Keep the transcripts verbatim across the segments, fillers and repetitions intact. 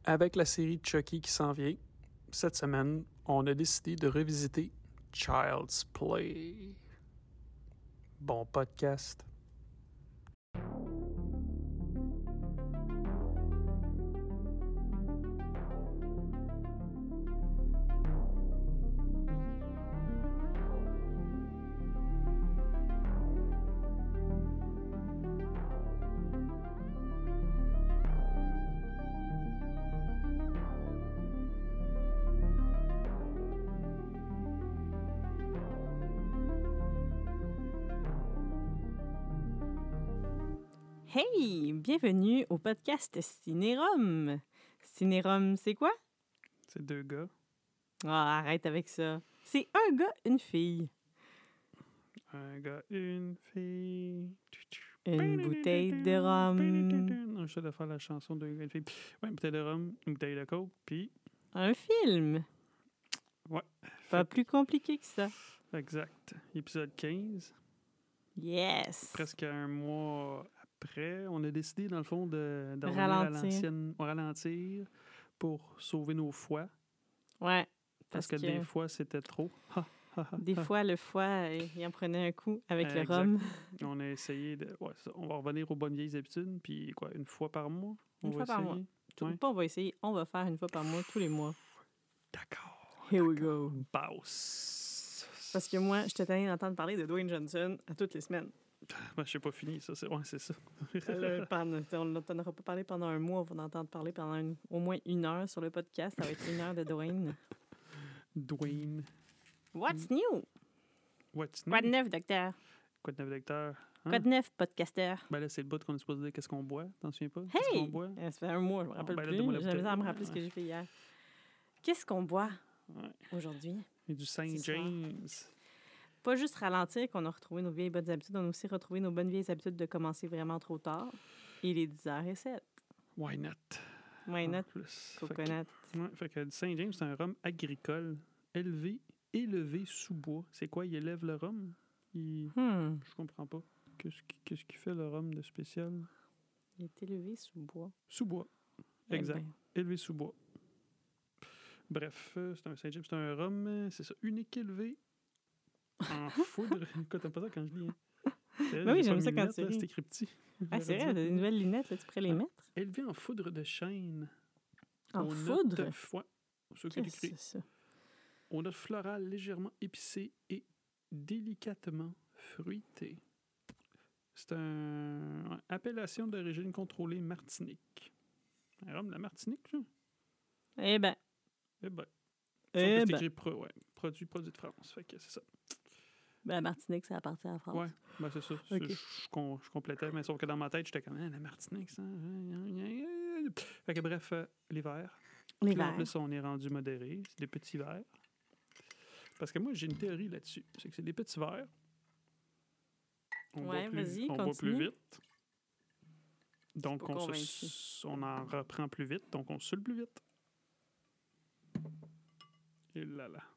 Avec la série Chucky qui s'en vient, cette semaine, on a décidé de revisiter Child's Play. Bon podcast. Hey! Bienvenue au podcast Cinérum. Cinérum, c'est quoi? C'est deux gars. Ah, arrête avec ça. C'est un gars, une fille. Un gars, une fille. Une bouteille de rhum. Non, je sais de faire la chanson de une fille. Ouais, une bouteille de rhum, une bouteille de coke, puis... Un film. Ouais. Pas plus compliqué que ça. Exact. Épisode quinze. Yes! Presque un mois après, on a décidé, dans le fond, de, de revenir Ralentir. à l'ancienne, ralentir pour sauver nos foies. Ouais. Parce, Parce que, que, des fois, c'était trop. Ha, ha, ha, des ha. fois, le foie, il en prenait un coup avec le Exact. rhum. On a essayé de... Ouais, ça, on va revenir aux bonnes vieilles habitudes, puis quoi, une fois par mois? On Une va fois par essayer? mois. Tout- Ouais. Pas on va essayer, on va faire une fois par mois, tous les mois. D'accord. Here we go. Boss. Parce que moi, je t'ai tanné d'entendre parler de Dwayne Johnson à toutes les semaines. Ben, je sais pas fini, ça. C'est... Ouais, c'est ça. Là, pendant- on n'en aura pas parlé pendant un mois, on va en entendre parler pendant une- au moins une heure sur le podcast. Ça va être une heure de Dwayne. Dwayne. What's new? What's Quoi de new? neuf, docteur? Quoi de neuf, docteur? Hein? Quoi de neuf, podcasteur? Ben là, c'est le bout qu'on est supposé dire qu'est-ce qu'on boit. T'en souviens pas? Qu'est-ce Hey! qu'on boit? Euh, Ça fait un mois, je me rappelle ben là, plus. donne-moi la J'ai besoin de me bouteille. rappeler ce que Ouais. j'ai fait hier. Qu'est-ce qu'on boit Ouais. aujourd'hui? Et du Saint Ce soir. James. Pas juste ralentir qu'on a retrouvé nos vieilles bonnes habitudes, on a aussi retrouvé nos bonnes vieilles habitudes de commencer vraiment trop tard. Il est dix heures sept. Why not? Why En not? plus. Fait que- Coconut. Ouais, fait que du Saint James, c'est un rhum agricole élevé, élevé sous bois. C'est quoi? Il élève le rhum? Il... Hmm. Je comprends pas. Qu'est-ce qui, qu'est-ce qui fait le rhum de spécial? Il est élevé sous bois. Sous bois. Eh Exact. ben, Élevé sous bois. Bref, euh, c'est un Saint James, c'est un rhum, euh, c'est ça, unique élevé en foudre. Écoute, t'aimes pas ça quand je lis, hein? C'est- Ben oui, j'ai j'aime pas ça mes quand lunettes, tu là, lis. C'est écrit petit. Ah, J'aurais c'est dû vrai, mettre t'as des mes nouvelles lunettes, là, tu pourrais les Ah. mettre. Élevé en foudre de chêne. En aux foudre? Notes, ouais, c'est Qu'est-ce que écrit. c'est ça? Aux notes florales légèrement épicées et délicatement fruitées. C'est un... ouais, appellation d'origine contrôlée Martinique. Un rhum de la Martinique, ça? Eh ben, Eh ben. eh c'est ben. écrit pro, ouais. Produit, produit de France. Fait que c'est ça. Ben, Martinique, ça appartient à la France. Ouais, ben c'est ça. C'est- Ok. Je, je com- je complétais, mais sauf que dans ma tête, j'étais comme, ah, la Martinique, ça. Fait que bref, euh, l'hiver. Puis là, en L'hiver. plus, on est rendu modéré. C'est des petits verres. Parce que moi, j'ai une théorie là-dessus. C'est que c'est des petits verres. On Ouais, boit plus, vas-y, on boit plus continue. vite. Donc, pas on, convaincu. se, on en reprend plus vite. Donc, on saoule plus vite. Et là là.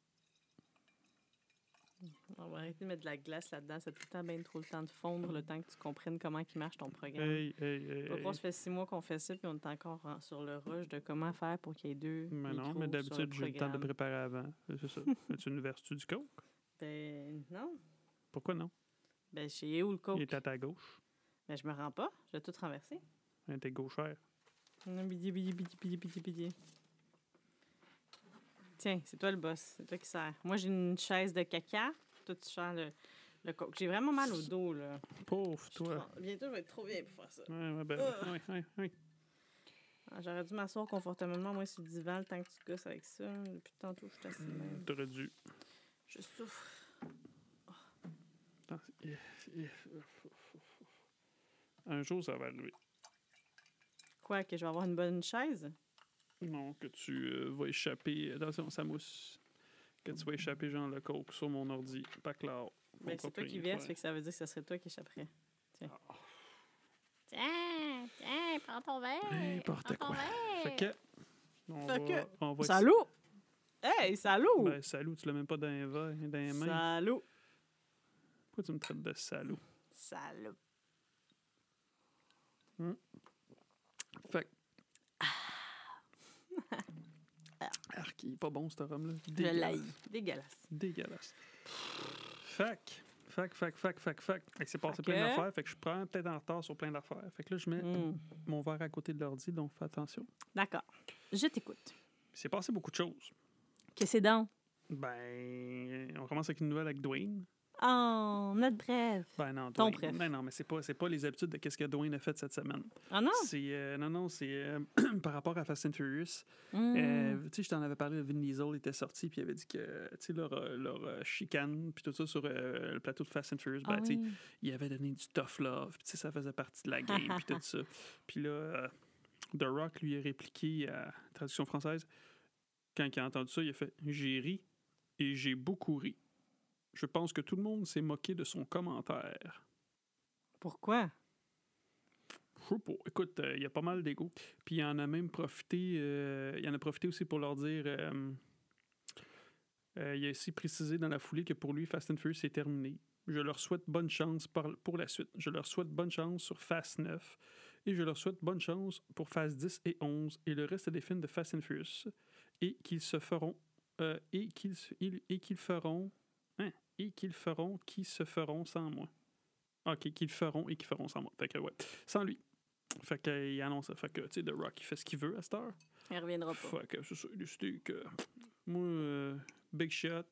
On va arrêter de mettre de la glace là-dedans. Ça a tout le temps bien trop le temps de fondre, le temps que tu comprennes comment il marche ton programme. Hey, hey, hey, Pas hey. croire, ça fait six mois qu'on fait ça, puis on est encore en- sur le rush de comment faire pour qu'il y ait deux Mais non, micros mais sur d'habitude, j'ai le temps de programme. préparer avant. C'est ça. As-tu une vertu du coke? Ben, non. Pourquoi non? Ben, chez où le coke? Il est à ta gauche. Ben, je me rends pas. Je vais tout renverser. Il était gauchère. Non, bidi, bidi, bidi, bidi, bidi, bidi. Tiens, c'est toi le boss. C'est toi qui sers. Moi, j'ai une chaise de caca. Toi, tu sers le, le coke. J'ai vraiment mal au dos, là. Pauvre Je suis toi. trop- Bientôt, je vais être trop vieille pour faire ça. Ouais, ouais, ben, Ugh. ouais, ouais, ouais. Ah, j'aurais dû m'asseoir confortablement, moi, sur le divan, le temps que tu gosses avec ça. Depuis tantôt, je suis assise même. T'aurais dû. Je souffre. Attends, il- il- Un jour, ça va arriver. Quoi, que je vais avoir une bonne chaise? Non, que tu euh, vas échapper. Attention, ça mousse. Que tu vas échapper, genre, le coke sur mon ordi. Pas clair. Ben, c'est toi qui verse, fait que ça veut dire que ça serait toi qui échapperais. Tiens. Ah. Tiens, tiens, prends ton verre. N'importe prends ton quoi. verre. Fait que. On Fait va, que- on va Salaud! Hey, salaud! Ben, salaud, tu l'as même pas dans les, va- dans les mains. Salaud! Pourquoi tu me traites de salaud? Salaud! Fait que pas bon, ce rhum-là. Je l'haïs. Dégueulasse. Dégueulasse. Fac. Fac, fac, fac, fac, fac. Il s'est passé Fait plein que- d'affaires. Fait que je prends peut-être en retard sur plein d'affaires. Fait que là, je mets Hmm. mon verre à côté de l'ordi, donc fais attention. D'accord. Je t'écoute. Il s'est passé beaucoup de choses. Qu'est-ce que c'est donc? Ben, on commence avec une nouvelle avec Dwayne. Oh, notre bref. Ben non, Ton Dwayne. préf. Ben non, mais c'est pas, c'est pas les habitudes de qu'est-ce que Dwayne a fait cette semaine. Ah non? C'est, euh, non, non, c'est euh, par rapport à Fast and Furious. Hmm. Euh, tu sais, je t'en avais parlé, Vin Diesel était sorti, puis il avait dit que, tu sais, leur, euh, leur euh, chicane, puis tout ça sur euh, le plateau de Fast and Furious, ben, Ah tu sais, oui. il avait donné du tough love, puis tu sais, ça faisait partie de la game, puis tout ça. Puis là, euh, The Rock lui a répliqué à traduction française, quand il a entendu ça, il a fait « J'ai ri et j'ai beaucoup ri. Je pense que tout le monde s'est moqué de son commentaire. » Pourquoi? Je sais pas. Écoute, euh, il y a pas mal d'ego. Puis il en a même profité. euh, il en a profité aussi pour leur dire. euh, euh, il a aussi précisé dans la foulée que pour lui, Fast and Furious, c'est terminé. Je leur souhaite bonne chance par- pour la suite. Je leur souhaite bonne chance sur Fast neuf. Et je leur souhaite bonne chance pour Fast dix et onze et le reste des films de Fast and Furious. Et qu'ils se feront. euh, et qu'ils se- ils- et qu'ils feront. Hein, et qu'ils feront. Qui se feront sans moi. Ok, qu'ils feront et qui feront sans moi. Fait que ouais. Sans lui. Fait qu'il annonce ça. Fait que, tu sais, The Rock, il fait ce qu'il veut à cette heure. Il reviendra pas. Fait que c'est ça. Il a décidé que. Moi, euh, big shot.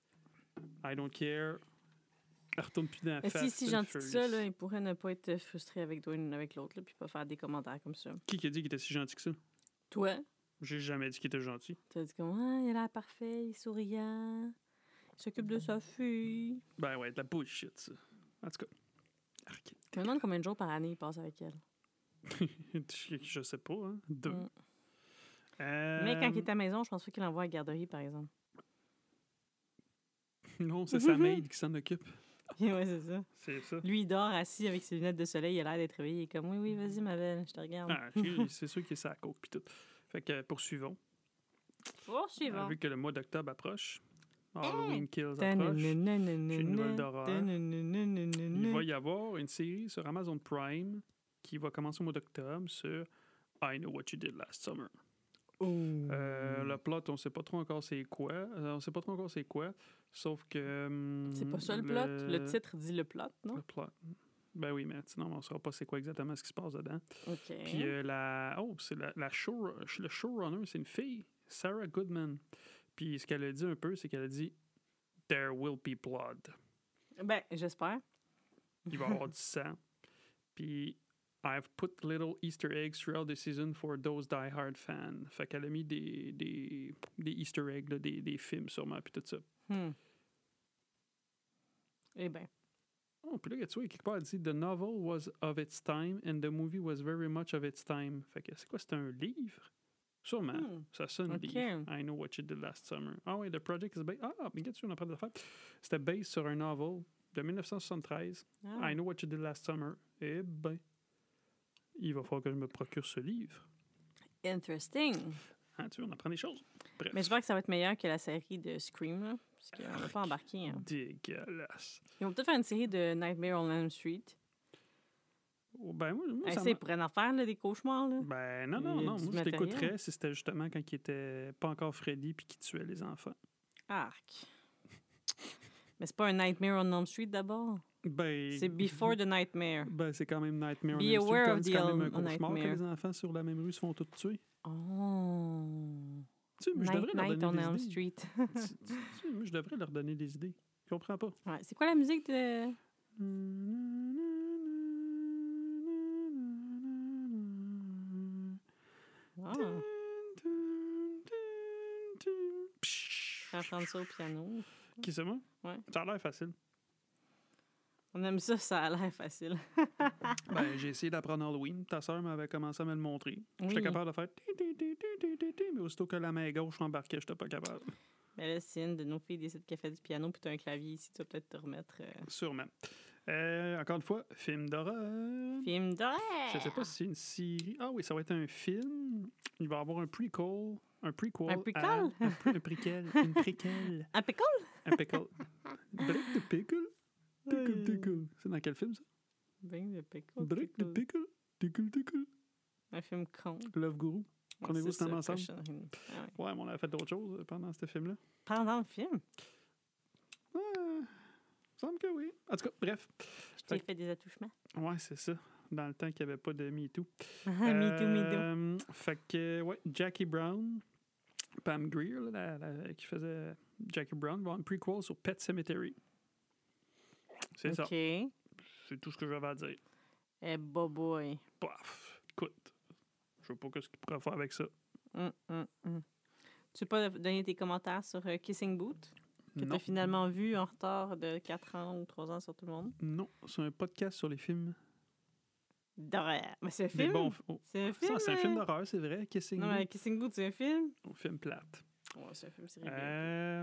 I don't care. Elle retourne plus dans Mais Fast si, si and gentil que ça, Furious. là, il pourrait ne pas être frustré avec Dwayne avec l'autre, là, puis pas faire des commentaires comme ça. Qui qui a dit qu'il était si gentil que ça? Toi, J'ai jamais dit qu'il était gentil. t'as dit comme, ah, il a l'air parfait, il est souriant, il s'occupe de sa fille. Ben ouais, de la bullshit, ça. En tout cas. Arc. Je me demande combien de jours par année il passe avec elle. je, je sais pas, hein. Deux. Mm. Euh, Mais quand il est à la maison, je pense pas qu'il l'envoie à la garderie, par exemple. Non, c'est sa maid qui s'en occupe. Ouais, c'est ça. C'est ça. Lui, il dort assis avec ses lunettes de soleil, il a l'air d'être réveillé. Il est comme, oui, oui, vas-y, ma belle, je te regarde. Ah, c'est c'est sûr qu'il est sa coke pis tout. Fait que poursuivons. Poursuivons. Euh, vu que le mois d'octobre approche, Eh! Halloween Kills approche, j'ai une nouvelle d'horreur. il va y avoir une série sur Amazon Prime qui va commencer au mois d'octobre sur I Know What You Did Last Summer. Euh, le plot, on sait pas trop encore c'est quoi. Euh, on sait pas trop encore c'est quoi. Sauf que. hum, C'est pas ça le plot? Le titre dit le plot, non? Le plot. Ben oui, mais sinon, on saura pas c'est quoi exactement ce qui se passe dedans. OK. Puis euh, la. Oh, c'est la, la show, le showrunner, c'est une fille, Sarah Goodman. Puis ce qu'elle a dit un peu, c'est qu'elle a dit There will be blood. Ben, j'espère. Il va y avoir du sang. Puis I've put little Easter eggs throughout the season for those die-hard fans. Fait qu'elle a mis des, des, des Easter eggs, là, des, des films sûrement, puis tout ça. Hmm. Eh bien. Oh, puis là, tu vois, quelque part, elle dit The novel was of its time and the movie was very much of its time. Fait que c'est quoi, c'est un livre? Sûrement. Hmm. Ça sonne Ok. livre. I know what you did last summer. Ah oui, the project is based. Ah, mais qu'est-ce qu'on apprend de faire? C'était based sur un novel de dix-neuf cent soixante-treize. Ah. I know what you did last summer. Eh ben, il va falloir que je me procure ce livre. Interesting. Hein, tu vois, on apprend des choses. Bref. Mais j'espère que ça va être meilleur que la série de Scream, là, parce qu'on n'a pas embarqué. Hein. Dégueulasse. Ils vont peut-être faire une série de Nightmare on Elm Street. Oh, ben, moi, moi Hey, ça ça, ils m'a- pourraient en faire, là, des cauchemars. Là. Ben, non, Il non, y a non. du Moi, je matériel. t'écouterais si c'était justement quand il était pas encore Freddy puis qu'il tuait les enfants. Arc. Mais c'est pas un Nightmare on Elm Street d'abord. Ben. C'est Before the Nightmare. Ben, c'est quand même Nightmare Be on Elm Street. aware quand of même, c'est the quand même un Elm- cauchemar Nightmare. que les enfants sur la même rue se font tous tuer. Oh. Tu sais, mais je Night devrais leur Night donner on des Elm idées. Street. Tu- tu- tu sais, moi, je devrais leur donner des idées. Je comprends pas. Ouais. C'est quoi la musique de... Ah, entendre ça au piano. Qui c'est moi? Ouais. Ça a l'air facile. On aime ça, ça a l'air facile. Ben, j'ai essayé d'apprendre Halloween. Ta soeur m'avait commencé à me le montrer. J'étais Oui. capable de faire... ti, ti, ti, ti, ti, ti, ti, mais aussitôt que la main gauche embarquait, j'étais pas capable. Mais là, si une de nos filles décide qu'elle fait du piano puis tu as un clavier ici, tu vas peut-être te remettre... euh, Sûrement. Euh, encore une fois, film d'horreur. Film d'horreur! Je sais pas si c'est une série. Ah oui, ça va être un film. Il va y avoir un prequel. Un prequel. Un prequel? à- Un, pre- un prequel. Une préquelle. Un pickle? Un pickle. Drake the Pickle. Pickle, tickle. C'est dans quel film, ça? Ben, le pickle. Drake the pickle. Pickle. Tickle, tickle. Un film con. Love Guru. Prenez-vous Ouais, ce c'est temps ça, ensemble? cochonnerie. Ah ouais. Ouais, mais on a fait d'autres choses pendant ce film-là. Pendant le film, Ouais, il me semble que oui. En tout cas, bref. je t'ai Fait- fait des attouchements. Ouais, c'est ça. Dans le temps qu'il n'y avait pas de MeToo. me too, me too. Euh, Fait que, ouais, Jackie Brown, Pam Grier, là, la- la- qui faisait Jackie Brown, va avoir une prequel sur Pet Sematary. C'est ça. OK. Eh, C'est tout ce que j'avais à dire. boy. Paf. Écoute, je sais pas ce qu'il pourrait faire avec ça. Hum, hum, hum. Tu veux pas donner tes commentaires sur euh, Kissing Booth, que tu Non. as finalement vu en retard de quatre ans ou trois ans sur tout le monde? Non, c'est un podcast sur les films. D'horreur. Mais c'est un Des film? bons f- oh. C'est un Ça, film? c'est un film euh? d'horreur, c'est vrai. Kissing Non, mais Booth. Kissing Booth, c'est un film? Un film plate. Ouais, c'est un film série B. Euh...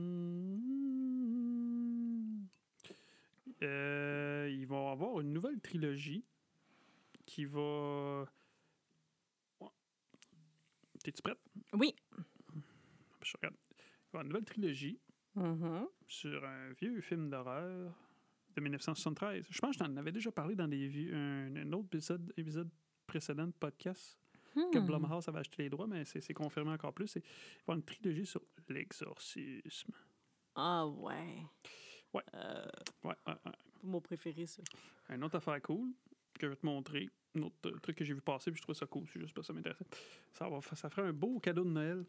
euh, Ils vont avoir une nouvelle trilogie qui va... Ouais. T'es-tu prête? Oui. Je regarde. Il va y avoir une nouvelle trilogie Mhm. sur un vieux film d'horreur de dix-neuf cent soixante-treize. Je pense que je t'en avais déjà parlé dans des vieux, un, un autre épisode, épisode précédent de podcast que Hmm. Blumhouse avait acheté les droits, mais c'est c'est confirmé encore plus. C'est- Il va y avoir une trilogie sur l'exorcisme. Ah ouais. Ouais. Euh, Ouais, ouais, ouais. pas mon préféré, ça. Un autre affaire cool que je vais te montrer. Un autre euh, truc que j'ai vu passer, puis je trouve ça cool. C'est juste pas ça m'intéressait. Ça, va, ça ferait un beau cadeau de Noël.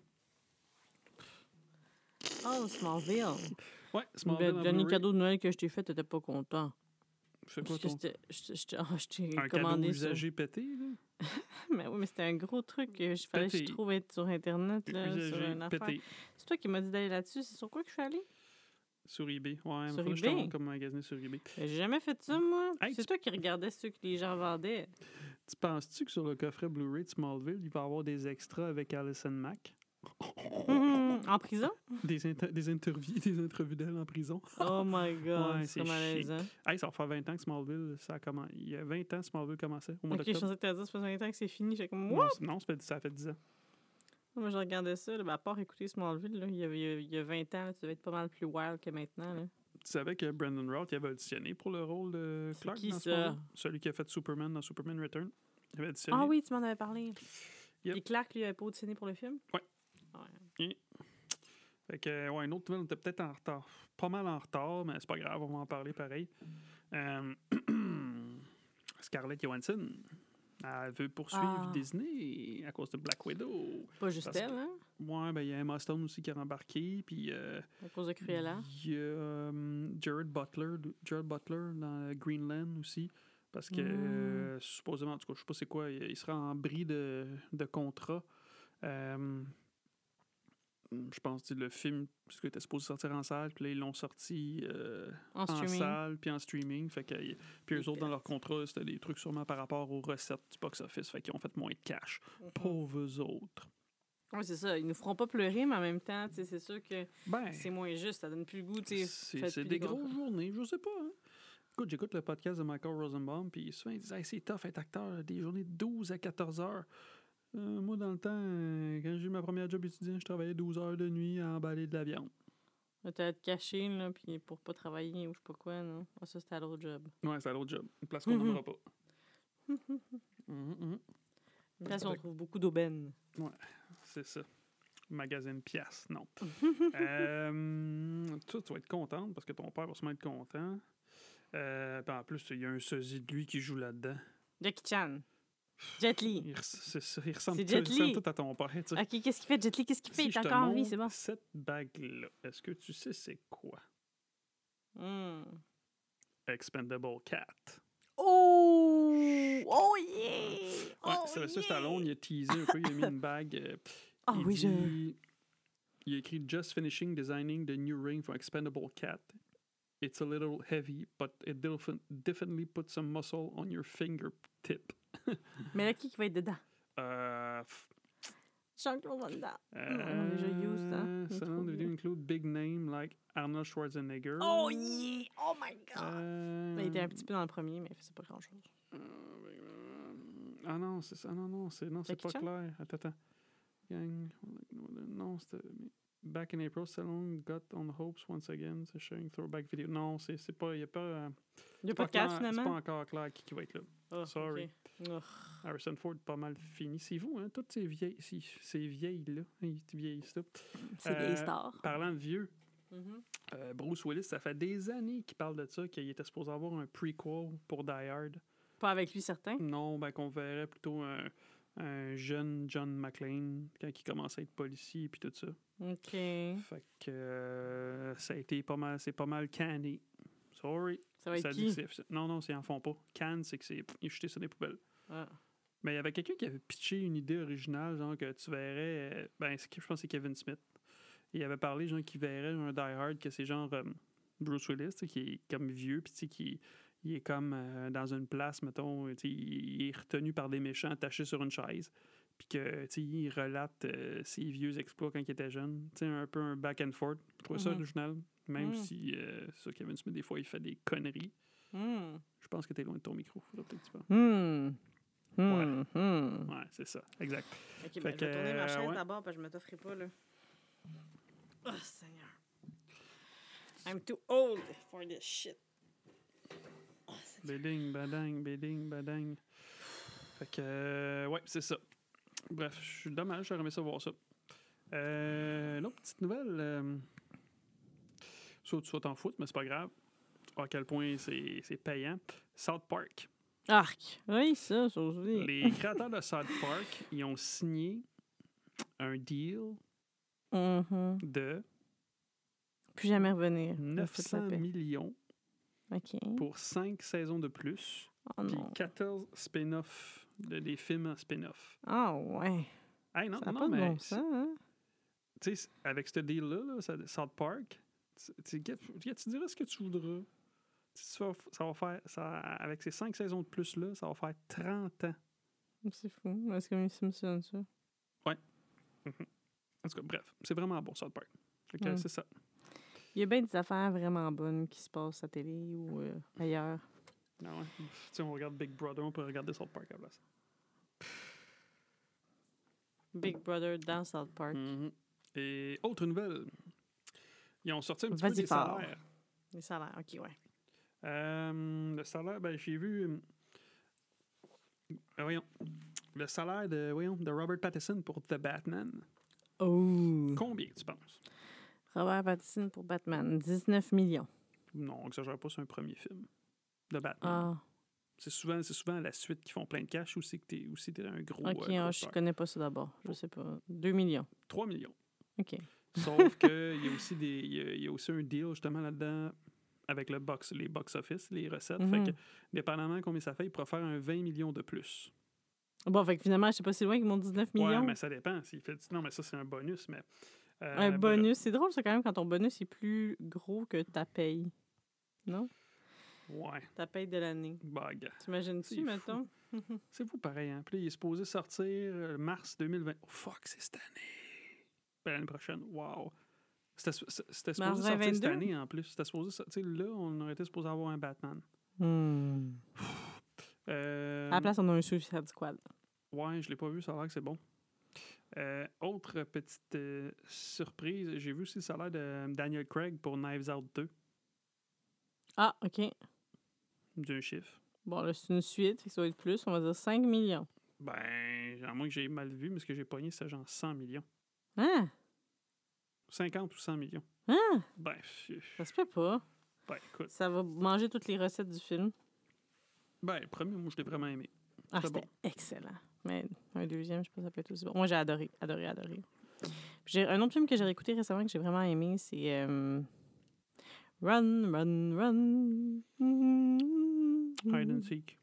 Oh, Smallville. Ouais, Smallville Le en dernier Blu-ray. cadeau de Noël que je t'ai fait, t'étais pas content. C'est quoi Parce que ton... c'était- je je- ah, je t'ai Un cadeau commandé ça. usagé pété, là? Mais oui, mais c'était un gros truc que je fallait que je Pété. trouve être sur Internet, là, sur Usagé une affaire. pété. C'est toi qui m'as dit d'aller là-dessus. C'est sur quoi que je suis allée? Sur eBay. Ouais, Sur il faudrait que je te eBay? montre comment magasiner sur eBay. Mais J'ai jamais fait ça, moi. Hey, c'est tu- toi qui regardais ceux que les gens vendaient. Tu penses-tu que sur le coffret Blu-ray de Smallville, il va y avoir des extras avec Alison Mack? Hum, en prison? Des, inter- des interviews des entrevues d'elle en prison. Oh my God, Ouais, c'est c'est malaisant. Hey, ça va faire vingt ans que Smallville, ça a commencé. Il y a vingt ans, Smallville commençait, au mois Ok, je d'octobre. pensais que t'allais dire, ça fait vingt ans que c'est fini. J'étais comme, Non, what? c'est- non, ça fait, ça fait dix ans. Moi, je regardais ça, là, ben, à part écouter Smallville, là, il, y a, il y a- il y a vingt ans, là, tu devais être pas mal plus wild que maintenant. Là. Tu savais que Brandon Routh il avait auditionné pour le rôle de C'est Clark qui, dans ça? Smallville? Celui qui a fait Superman dans Superman Return. Il avait auditionné. Ah oui, tu m'en avais parlé. Yep. Et Clark, lui, avait pas auditionné pour le film? Ouais. Ouais. Fait que, ouais, une autre nouvelle, on était peut-être en retard. Pas mal en retard, mais c'est pas grave, on va en parler pareil. Euh, Scarlett Johansson, elle veut poursuivre Ah. Disney à cause de Black Widow. Pas juste Parce elle, hein? Ouais, ben il y a Emma Stone aussi qui a rembarqué, puis euh, À cause de Cruella. il y a euh, Jared Butler, Jared Butler dans Greenland aussi, parce que Mm. euh, supposément, en tout cas, je sais pas c'est quoi, il, il sera en bris de, de contrat. Euh, je pense que le film, parce qu'il était supposé sortir en salle, puis là, ils l'ont sorti euh, En en streaming. salle, puis en streaming. Fait que, puis eux Et autres, dans que- leur contrat, c'était des trucs sûrement par rapport aux recettes du box-office. Fait qu'ils ont fait moins de cash. Mhm. Pauvres autres. Oui, c'est ça. Ils nous feront pas pleurer, mais en même temps, tu sais, c'est sûr que Ben, c'est moins juste. Ça donne plus le goût. tu sais, c'est faites c'est plus des les grosses contrats. journées, je sais pas. Hein. Écoute, j'écoute le podcast de Michael Rosenbaum, puis souvent, il disait hey, c'est tough être acteur, des journées de douze à quatorze heures. Euh, moi, dans le temps, euh, quand j'ai eu ma première job étudiant, je travaillais douze heures de nuit à emballer de la viande. Là, t'as à te cacher, là, puis pour pas travailler ou je sais pas quoi, non? Ah, ça, c'était à l'autre job. Ouais, c'est à l'autre job. Une place qu'on Mhm. n'aimera pas. Mhm, mhm. Là, on trouve beaucoup d'aubaines. C'est ça. Magazine pièce, non. euh, toi, tu vas être contente parce que ton père va sûrement être content. Euh, puis en plus, il y a un sosie de lui qui joue là-dedans. Jackie Chan. Jet Li. Il, res- c'est ça, il ressemble, C'est tout, Jet il ressemble Li. tout à ton père. tu sais. Ok, qu'est-ce qu'il fait, Jet Li? Qu'est-ce qu'il fait? Si Il je est te encore en vie, montre c'est bon. cette bague-là, est-ce que tu sais c'est quoi? Hmm. Expendable Cat. Oh! Oh yeah! Ouais, Oh Sylvester yeah! Stallone, il a teasé un peu, il a mis une bague. euh, Ah il oui, je... dit- Il a écrit Just finishing designing the new ring for Expendable Cat. It's a little heavy, but it defi- definitely puts some muscle on your fingertip. Mais là, qui qui va être dedans? Euh, f- Jean-Claude Van Damme. euh, on a déjà used, hein? Il est Some trop of them vieux. include big name like Arnold Schwarzenegger. Oh yeah! Oh my God! Euh, Il était un petit peu dans le premier, mais il faisait pas grand-chose. euh, Ah non, c'est ça. Non, non, c'est non, c'est Jackie pas Chan? clair. Attends, attends. Gang. Non, c'était. Back in April, Stallone got on hopes once again. C'est sharing throwback video. Non, c'est, c'est pas. Il n'y a pas. euh, Il n'y a c'est pas de clair- cast, finalement? C'est pas encore clair qui, qui va être là. Oh, Sorry. ok. Oh. Harrison Ford, pas mal fini. C'est vous, hein? Toutes ces vieilles, ces, ces vieilles-là. Ils vieillissent là. C'est Euh, des stars. Parlant de vieux, Mhm. euh, Bruce Willis, ça fait des années qu'il parle de ça, qu'il était supposé avoir un prequel pour Die Hard. Pas avec lui, certain. Non, ben qu'on verrait plutôt un, un jeune John McClane quand il commençait à être policier et puis tout ça. OK. Fait que euh, ça a été pas mal, c'est pas mal canné. Sorry. Ça va être Ça dit qui? que c'est- non, non, c'est en fond pas. Can, c'est que c'est pff, il est jeté sur des poubelles. Ah. Mais il y avait quelqu'un qui avait pitché une idée originale, genre que tu verrais. euh, ben, c'est, je pense que c'est Kevin Smith. Il avait parlé, genre, qu'il verrait un Die Hard, que c'est genre euh, Bruce Willis, tu sais, qui est comme vieux, puis tu sais, qui il est comme euh, dans une place, mettons, tu sais, il il est retenu par des méchants attachés sur une chaise. Puis que, tu sais, il relate euh, ses vieux exploits quand il était jeune. Tu sais, un peu un back and forth. Je trouve ça Mhm. original. Même Mhm. si, euh, ça, Kevin Smith, des fois, il fait des conneries. Hmm. Je pense que t'es loin de ton micro. Faudrait peut-être que tu parles. Hmm. Hmm. Hmm. Ouais, c'est ça. Exact. Ok, Fait ben, je que, vais tourner ma euh, chaise ouais. d'abord parce que je me t'offrirai pas, là. Oh, Seigneur. I'm too old for this shit. Oh, Seigneur. Béding, badang, béding, badang. Fait que, euh, ouais, c'est ça. Bref, je suis dommage, j'aurais aimé ça voir ça. Euh, L'autre petite nouvelle, euh, soit tu vas t'en foutre, mais c'est pas grave. À quel point c'est c'est payant. South Park. Arc. Oui, ça, ça aussi. Les créateurs de South Park, ils ont signé un deal Mhm. de Plus jamais revenir. neuf Foutre la cents paix. millions OK. pour cinq saisons de plus, Oh puis non. quatorze spin-offs, de, des films en spin-off. Ah ouais. Hey, non, Ça n'a non, pas de mais bon sens, hein? tu sais, avec ce deal-là, là, ça- South Park, tu, tu, tu- tu diras ce que tu voudras. Tu sais, ça va, ça va faire, ça, avec ces cinq saisons de plus-là, ça va faire trente ans. C'est fou. C'est comme les Simpsons, ça. En tout cas, bref, c'est vraiment bon, South Park. Fait que, Mm. c'est ça. Il y a bien des affaires vraiment bonnes qui se passent à la télé ou euh, ailleurs. Ah ouais. Tu sais, on regarde Big Brother, on peut regarder South Park à la place. Big Brother dans South Park. Mhm. Et autre nouvelle, ils ont sorti un petit Vas-y peu des fort. salaires. Les salaires, OK, ouais. Euh, le salaire, ben, j'ai vu. euh, voyons. Le salaire de, voyons, de Robert Pattinson pour The Batman. Oh! Combien, tu penses? Robert Pattinson pour Batman, dix-neuf millions. Non, on n'exagère pas, c'est un premier film de Batman. Ah, C'est souvent, c'est souvent à la suite qui font plein de cash ou c'est que t'es, ou si t'es un gros. OK, euh, ah, gros je star. connais pas ça d'abord. Je sais pas. deux millions. trois millions. OK. Sauf qu'il y a aussi des. Il y a, il y a aussi un deal justement là-dedans avec le box, les box-office, les recettes. Mhm. Fait que, dépendamment combien ça fait, il pourra faire un vingt millions de plus. Bon, fait que finalement, je sais pas si loin qu'ils m'ont dix-neuf Ouais, millions. mais ça dépend. S'il fait, non, mais ça, c'est un bonus. Mais, euh, Un bref. bonus. C'est drôle, ça, quand même, quand ton bonus est plus gros que ta paye. Non? Ouais. Ta paye de l'année. Bah, gars. T'imagines-tu, C'est fou. mettons? C'est vous pareil, hein? Puis là, il est supposé sortir euh, mars deux mille vingt. Oh, fuck, c'est cette année. Ben, l'année prochaine. Wow. C'était, c'était supposé Mars sortir cette vingt vingt-deux? année en plus. C'était supposé sortir. Tu sais, là, on aurait été supposé avoir un Batman. Hmm. Euh, À la place, on a un Suicide Squad. Ouais, je l'ai pas vu, ça a l'air que c'est bon. Euh, autre petite euh, surprise, j'ai vu aussi le salaire de Daniel Craig pour Knives Out deux, Ah, OK. d'un chiffre. Bon, là, c'est une suite, fait que ça va être plus. On va dire cinq millions. Ben, à moins que j'ai mal vu, mais ce que j'ai pogné, c'est genre cent millions. Hein? cinquante ou cent millions. Hein? Ben, pff, Ça se peut pas. ben écoute. Ça va manger toutes les recettes du film. Ben, le premier, moi, je l'ai vraiment aimé. Ah, C'était c'était excellent. Mais un deuxième, je pense que ça peut être aussi bon. Moi, j'ai adoré, adoré, adoré. Puis J'ai un autre film que j'ai réécouté récemment que j'ai vraiment aimé, c'est euh, Run, Run, Run. Hide and Seek.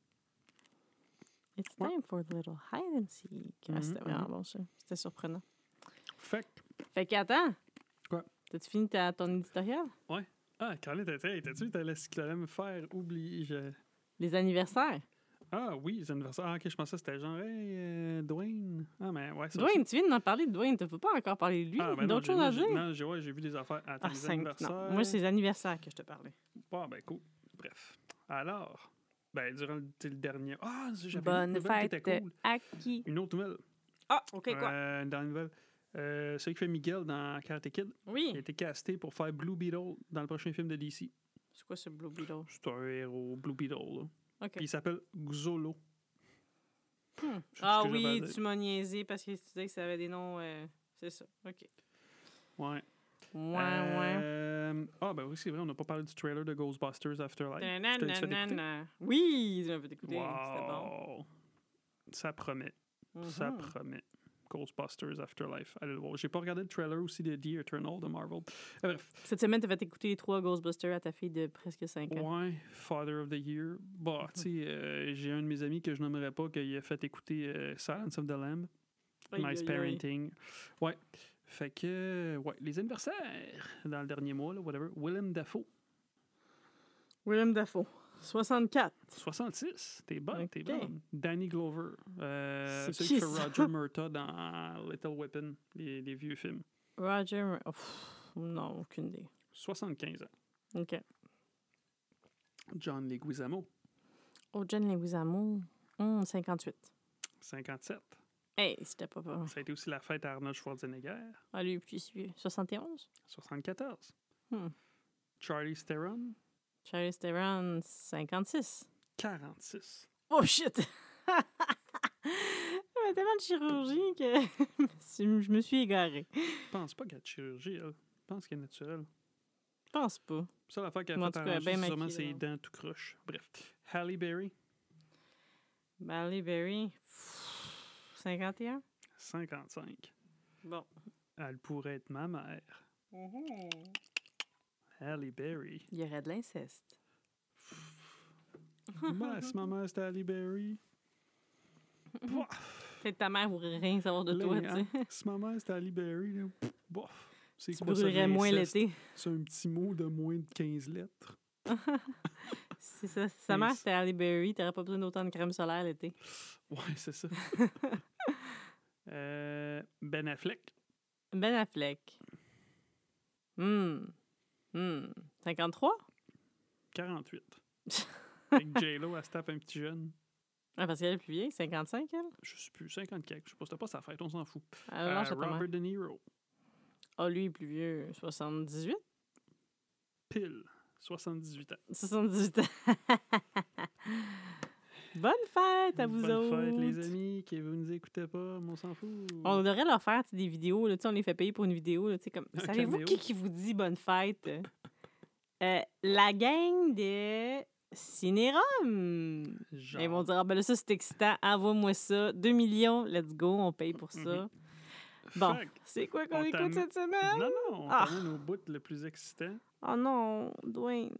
It's Ouais. time for a little hide and seek. Ah, Mhm, c'était vraiment mhm. bon, ça. C'était surprenant. Fait que- Fait qu'attends. Quoi? T'as-tu fini ta, ton éditorial? Ah, Carly, t'étais, t'étais-tu, t'allais, t'allais me faire oublier. je- Les anniversaires. Ah oui, les anniversaires. Ah, ok, je pensais que c'était genre, hey, euh, Dwayne. Ah, mais ouais, ça Dwayne, tu viens d'en parler de Dwayne. Tu peux pas encore parler de lui. Ah, ben non, D'autres j'ai- choses moi, à j'ai- dire? Non, j'ai, ouais, j'ai vu des affaires. Attends, Ah, les cinq- anniversaires. non. Moi, c'est les anniversaires que je te parlais. Ah, ben cool. Bref. Alors, ben, durant le, le dernier. Ah, j'avais Bonne une nouvelle qui fête était cool. à qui? Une autre nouvelle. Ah, OK, quoi? Euh, une dernière nouvelle. Euh, celui qui fait Miguel dans Karate Kid, Oui. il a été casté pour faire Blue Beetle dans le prochain film de D C. C'est quoi ce Blue Beetle? C'est un héros Blue Beetle. Là. OK. Puis il s'appelle Xolo. Hmm. Je sais Ah ce que j'avais à oui, dire. tu m'as niaisé parce que tu disais que ça avait des noms... euh, C'est ça, OK. Ouais. Ouais, ouais. Euh, Ah, ben oui, c'est vrai, on n'a pas parlé du trailer de Ghostbusters Afterlife. Je te l'ai fait écouter. Nananana. Oui, tu m'as fait écouter. C'était bon. Wow. Ça promet. Ça Mhm. promet. Ghostbusters Afterlife. Allez le voir. J'ai pas regardé le trailer aussi de The Eternal de Marvel. Euh, bref. Cette semaine, tu as fait écouter les trois Ghostbusters à ta fille de presque cinq ans. Ouais, Father of the Year. Bah, tu sais, euh, j'ai un de mes amis que je nommerai pas qui a fait écouter euh, Silence of the Lamb. Aïe, Nice aïe, aïe. parenting. Ouais. Fait que, ouais, les anniversaires dans le dernier mois, là, whatever. Willem Dafoe, Willem Dafoe, soixante-quatre. soixante-six. T'es bonne, t'es Ok. bonne. Danny Glover, euh, C'est celui qui qui fait ça? Roger Murtaugh dans Little Weapon, les, les vieux films. Roger... Mur- oh, pff, non, aucune idée. soixante-quinze ans. OK. John Leguizamo, Oh, John Leguizamo, hum, cinquante-huit. cinquante-sept. Hey, c'était pas pas. Ça a été aussi la fête à Arnold Schwarzenegger, Ah, lui, plus vieux. soixante et onze? soixante-quatorze. Hmm. Charlie Theron, Charlie Theron, cinquante-six. quarante-six. Oh, shit! Il y avait tellement de chirurgie que je me suis égarée. Je pense pas qu'elle a de chirurgie, elle. Je pense qu'elle est naturelle. Je pense pas. Ça, l'affaire qu'elle Mais a en fait tout cas, arranger, bien c'est sûrement maquillée, ses là. dents tout croches. Bref. Halle Berry, Halle Berry, cinquante et un. cinquante-cinq. Bon. Elle pourrait être ma mère. Halle Berry. Il y aurait de l'inceste. Ma, si ma mère c'était Halle Berry. Bof. Peut-être ta mère voudrait rien savoir de Là, toi, tu hein, sais. si ma mère c'était Halle Berry, là, pff, bof. C'est Tu quoi ça, brûlerais moins l'inceste? l'été. C'est un petit mot de moins de quinze lettres. Si ça, si sa mère Mais- c'était Halle Berry, t'aurais pas besoin d'autant de crème solaire l'été. Ouais, c'est ça. euh, Ben Affleck, Ben Affleck. Hmm. Hmm. cinquante-trois? quarante-huit. Avec J-Lo, elle se tape un petit jeune. Ah, parce qu'elle est plus vieille, cinquante-cinq, elle? Je sais plus, cinquante quelque. Je sais pas, c'était pas sa fête, on s'en fout. Ah, Euh, non, c'est ta mère. Robert De Niro, Ah, lui, il est plus vieux, soixante-dix-huit? pile, soixante-dix-huit ans. soixante-dix-huit ans. Bonne fête à vous Bonne autres! fête, les amis, que vous nous écoutez pas, mais on s'en fout. On devrait leur faire tu sais, des vidéos, là, tu sais, on les fait payer pour une vidéo. Là, tu sais, comme... Un Savez-vous caméo. qui, qui vous dit bonne fête? Euh, la gang de Cinérum. Genre. Ils vont dire, ah ben là, ça, c'est excitant, envoie-moi ça. deux millions, let's go, on paye pour ça. Mhm. Bon, Fait que- c'est quoi qu'on on écoute t'amène- cette semaine? Non, non, on Ah. t'amène au bout le plus excitant. Oh non, Dwayne.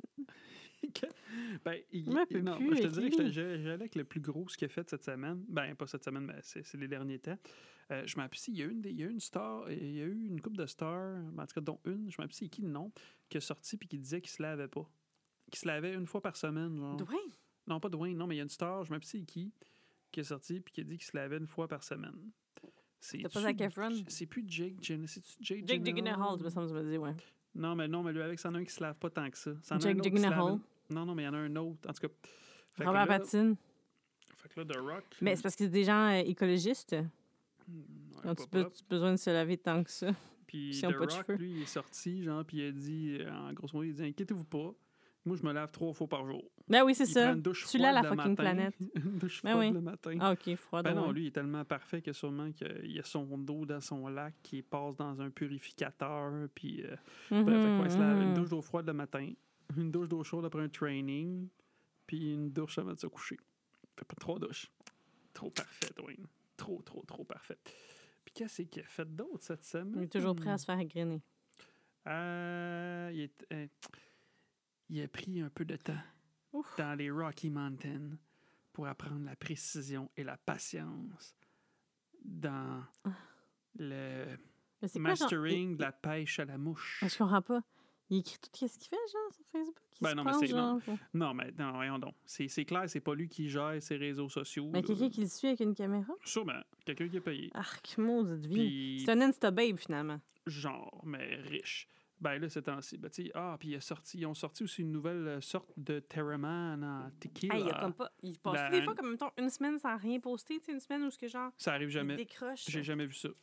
ben, il, Je me peux non, plus je te avec dirais que lui. j'étais- j'allais j'allais avec le plus gros ce qu'il a fait cette semaine. Ben, pas cette semaine, mais c'est c'est les derniers temps. Euh, je m'appelle il y a une, des- il y a une star, il y a eu une couple de stars, en tout cas, dont une, je m'appelle c'est qui le nom, qui est sorti puis qui disait qu'il se lavait pas. Qu'il se lavait une fois par semaine, genre. Dwayne? Non, pas Dwayne, non, mais il y a une star, je m'appelle c'est qui, qui est sorti puis qui a dit qu'il se lavait une fois par semaine. C'était pas Zac Efron? C'est plus Jake Gyllenhaal. C'est-tu Jake Jake Gyllenhaal? Gyllenhaal, tu me semble, tu me dis, ouais. Non, mais non, mais lui, avec, c'en a un qui se lave pas tant que ça. C'en a un Jake autre qui se lave Gyllenhaal. une- Non, non, mais il y en a un autre. En tout cas. Fait que Robert là- Pattinson. Fait que là, The Rock. Mais c'est parce que c'est des gens euh, écologistes. hmm, ouais, Donc, pas tu peux propre. tu as besoin de se laver tant que ça. Puis s'ils ont The pas de Rock, cheveux. lui, il est sorti, genre, puis il a dit, euh, en grosso modo, il a dit, inquiétez-vous pas. Moi, je me lave trois fois par jour. Ben oui, c'est Il ça. prend une douche Tu l'as, froide la le fucking matin. planète. Une douche Ben froide oui. le matin. Ah, OK, froid. Ben non, ouais. lui, il est tellement parfait que sûrement qu'il y a son dos dans son lac qui passe dans un purificateur. Puis, euh, Mhm, bref, fait que, ouais, il se lave une mhm. douche d'eau froide le matin, une douche d'eau chaude après un training, puis une douche avant de se coucher. Fait pas trois douches. Trop parfait, Dwayne. Trop, trop, trop parfait. Puis qu'est-ce qu'il a fait d'autre cette semaine? Il est toujours prêt à se faire grainer. Euh, il, est, euh, il a pris un peu de temps Ouf. dans les Rocky Mountains pour apprendre la précision et la patience dans le Mais c'est quoi, genre, mastering de la pêche à la mouche. il- Je comprends pas. Il écrit tout ce qu'il fait, genre, sur Facebook. Il Ben se non, mais penche, c'est- genre, non. pour- Non, mais non, voyons donc. C'est c'est clair, c'est pas lui qui gère ses réseaux sociaux. Mais là. quelqu'un qui le suit avec une caméra? Sûrement. Quelqu'un qui est payé. Arc, maudite vie. Puis, C'est un Insta-babe, finalement. genre, mais riche. Ben là, c'est temps-ci. Ben, tu sais, ah, puis il a sorti, ils ont sorti aussi une nouvelle euh, sorte de Terraman en tequila. Hey, il y a comme pas... Il passe Ben, des fois, comme, mettons, une semaine sans rien poster, tu sais, une semaine où ce que, genre, Ça arrive il jamais. décroche. J'ai jamais vu ça.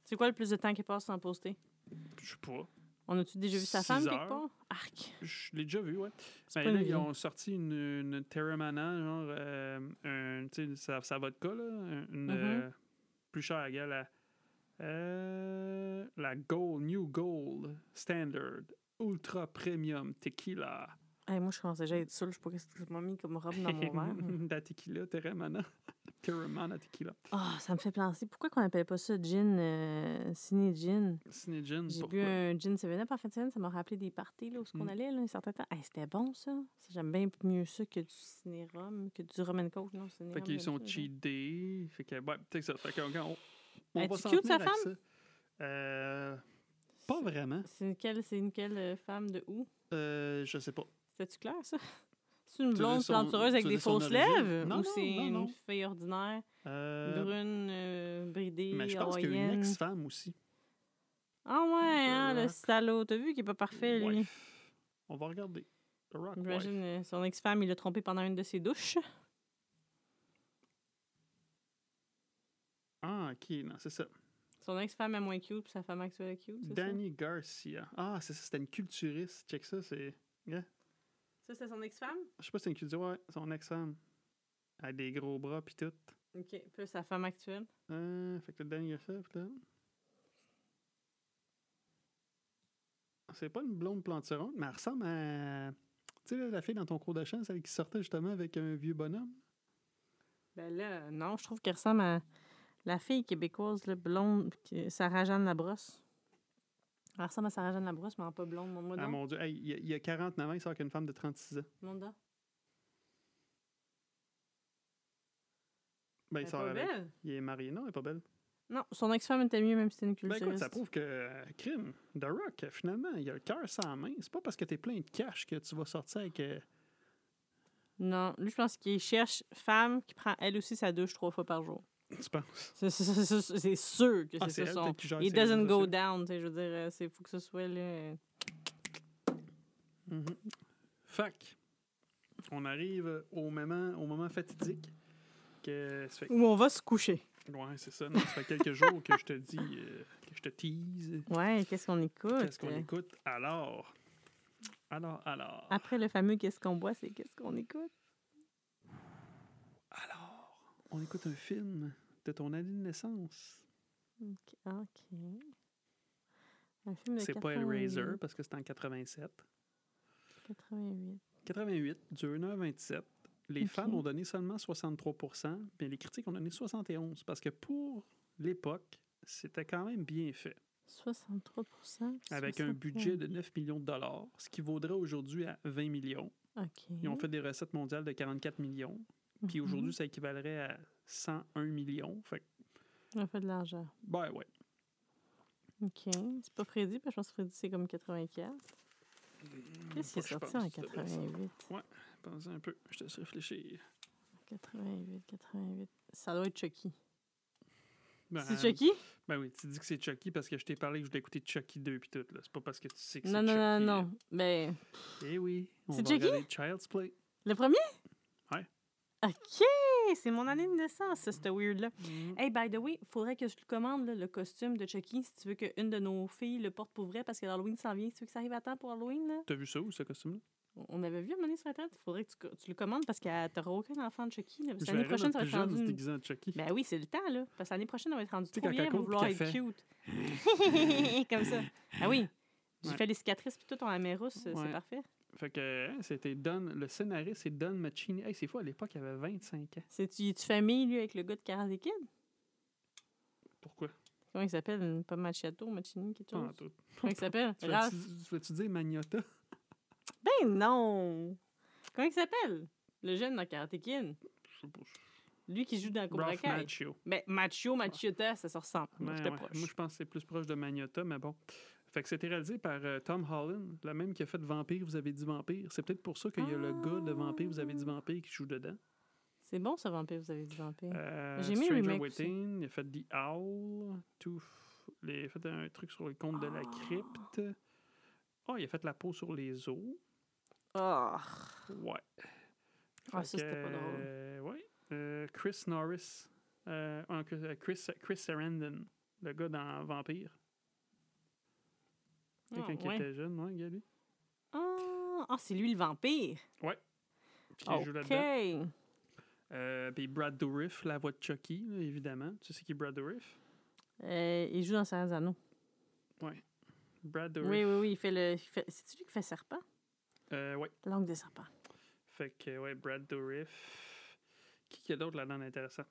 C'est quoi le plus de temps qu'il passe sans poster? Je sais pas. On a-tu déjà vu sa Six femme heures. quelque part? Arc! Je l'ai déjà vu, ouais. C'est Ben, pas là, une ils vie. ont sorti une, une Terramana, genre, euh, un, tu sais, sa, sa vodka, là, un- une Mhm. euh, plus chère à la, euh, la Gold, New Gold Standard Ultra Premium Tequila. Hey, moi, je commençais déjà à être saoule. Je sais pas ce que tu m'as mis comme robe dans mon verre. La tequila, Terramana. Terramana Tequila. Ah, ça me fait penser. Pourquoi qu'on appelle pas ça gin, euh, ciné gin? Ciné Gin, J'ai bu pourquoi? un gin seven up en fin de semaine. Ça m'a rappelé des parties là, où on Mm. allait là, un certain temps. Hey, c'était bon, ça. Ça, j'aime bien mieux ça que du ciné-rhum, que du rum and coke. Non, ciné-rhum. Fait qu'ils j'aime sont ça, cheat day. Fait que, ouais, peut-être ça. Fait qu'on on, on Es-tu va s'en cute, tenir sa avec femme? ça. Euh, pas vraiment. C'est une quelle, c'est une quelle euh, femme de où? Euh, je sais pas. C'était-tu clair, ça? C'est une Tu veux blonde dire son- plantureuse avec tu veux des dire son fausses origine? lèvres? Non, ou non, c'est non, une non. fille ordinaire, Euh, brune, euh, bridée, mais je pense qu'il y a une hawaïenne? ex-femme aussi. Ah ouais, The hein, le Rock. salaud. T'as vu qu'il est pas parfait, lui? Wife. On va regarder. The Rock J'imagine Wife. euh, son ex-femme, il l'a trompé pendant une de ses douches. Ah, ok, non, c'est ça. Son ex-femme est moins cute, puis sa femme actuelle est cute, c'est Danny Garcia. Ah, c'est ça, c'était une culturiste. Check ça, c'est. Yeah. ça? Ça, c'est son ex-femme? Je sais pas si c'est une culturiste. Ouais, son ex-femme. Elle a des gros bras pis tout. OK. Puis sa femme actuelle? Euh, fait que le Danny Garcia, pis là. C'est pas une blonde planturonde, mais elle ressemble à. Tu sais, là, la fille dans ton cours de chant, celle qui sortait justement avec un vieux bonhomme. Ben là, non, je trouve qu'elle ressemble à la fille québécoise, là, blonde, qui- Sarah-Jeanne Labrosse. Elle ressemble à Sarah-Jeanne Labrosse, mais en pas blonde. Montre-moi Ah donc. mon dieu, hey, il y a- il y a quarante-neuf ans, il sort avec une femme de trente-six ans. Montre donc. Ben, Elle il est sort pas avec. belle? Il est marié, non, elle est pas belle. Non, son ex-femme était mieux, même si c'était une Ben culturiste. écoute, ça prouve que euh, crime, The Rock, euh, finalement, il a le cœur sans main. C'est pas parce que t'es plein de cash que tu vas sortir avec. euh, Non, lui, je pense qu'il cherche femme qui prend elle aussi sa douche trois fois par jour. Tu penses? C'est c'est- c'est- c'est- c'est sûr que Ah, c'est c'est ça elle, son... peut-être, qui gère It ses réseaux doesn't go sociaux. down, tu sais, je veux dire, euh, c'est faut que ce soit là... euh, Mhm. Fac. On arrive au moment, au moment fatidique. Que ça fait... Où on va se coucher. Ouais, c'est ça. Non, ça fait quelques jours que je te dis, euh, que je te tease. Ouais, qu'est-ce qu'on écoute? Qu'est-ce qu'on écoute? Alors. Alors, alors. Après le fameux qu'est-ce qu'on boit, c'est qu'est-ce qu'on écoute? Alors. On écoute un film de ton année de naissance. OK. OK. Un film de C'est pas quatre-vingt-huit. Hellraiser parce que c'est en quatre-vingt-sept. quatre-vingt-huit. quatre-vingt-huit, dure une heure vingt-sept. Les Ok. fans ont donné seulement soixante-trois pour cent, mais les critiques ont donné soixante et onze parce que pour l'époque, c'était quand même bien fait. soixante-trois pour cent. Avec un budget de neuf millions de dollars, ce qui vaudrait aujourd'hui à vingt millions. OK. Ils ont fait des recettes mondiales de quarante-quatre millions. Puis Mhm. aujourd'hui, ça équivalerait à cent un millions. Fait que, On a fait de l'argent. ben ouais. OK. C'est pas Freddy, parce que je pense que Freddy, c'est comme quatre-vingt-quatre. Qu'est-ce qui est Je sorti pense en que ça devrait être ça. quatre-vingt-huit? Pensez un peu, je te laisse réfléchir. quatre-vingt-huit, quatre-vingt-huit. Ça doit être Chucky. Ben, C'est Chucky? Ben oui, tu dis que c'est Chucky parce que je t'ai parlé que je voulais écouter Chucky deux puis tout. Là. C'est pas parce que tu sais que c'est Non, Chucky. non, non, là. non. Ben, Eh oui. On C'est va Chucky? regarder Child's Play. le premier? Ouais. OK! C'est mon année de naissance, ça, c'était weird-là. Mhm. Hey, by the way, faudrait que je te commande là, le costume de Chucky si tu veux qu'une de nos filles le porte pour vrai parce que l'Halloween s'en vient. Si tu veux que ça arrive à temps pour Halloween, là? T'as vu ça où, ce costume-là? On avait vu à un moment donné sur Internet. Il faudrait que tu, co- tu le commandes parce que t'auras aucun enfant de Chucky. Là, parce que Je l'année verrais prochaine, notre ça va plus être jeune se rendu... une- déguisant en Chucky. Ben oui, c'est le temps, là. Parce que l'année prochaine, on va être rendu Tu sais, trop quand bien elle pour court, vouloir puis être qu'elle cute. Comme ça. Ah oui. J'ai Ouais. fait les cicatrices puis tout en amérous. C'est Ouais. parfait. Fait que hein, c'était Don, le scénariste, c'est Don Mancini. Hey, c'est fou, à l'époque, il avait vingt-cinq ans. C'est-tu tu famille, lui, avec le gars de Karate Kid? Pourquoi? Comment il s'appelle? Pas Machiato, Machini, quelque Pas en chose? tout. Comment il s'appelle? Tu Ralph? vas-tu, tu vas-tu dire Magnota? Ben non! Comment il s'appelle? Le jeune dans Karate Kid. Je sais pas. Lui qui joue dans Cobra Ralph Kai. Macchio. Ben, Macho, Machiota, ça se ressemble. Ouais, J'étais ouais. proche. Moi, je pense que c'est plus proche de Magnota, mais bon. Fait que c'était réalisé par euh, Tom Holland, le même qui a fait Vampire, vous avez dit Vampire. C'est peut-être pour ça qu'il y a le gars de Vampire, vous avez dit Vampire, qui joue dedans. C'est bon, ce vampire, vous avez dit vampire. Euh, J'ai mis le Stranger remake aussi. Within, il a fait The Owl, tout, f- il a fait un truc sur le conte de la crypte. Oh, il a fait la peau sur les os. Oh! Ouais. Ah, Fait ça, que, c'était pas drôle. euh, ouais. Euh, Chris Norris. Euh, ah, Chris, Chris Chris Sarandon. Le gars dans Vampire. Quelqu'un Ah, qui ouais. était jeune, ouais, gars, lui. Ah, ah, c'est lui le vampire. Ouais. Puis il joue là-dedans. OK. Euh, puis Brad Dourif, la voix de Chucky, là, évidemment. Tu sais qui est Brad Dourif? Euh, il joue dans Seigneur des Anneaux. Ouais. Brad Dourif. Oui, oui, oui. Il fait le. il fait- C'est-tu lui qui fait serpent? Euh, ouais. Langue de serpent. Fait que, ouais, Brad Dourif. Qui qu'il y a d'autre là-dedans d'intéressant?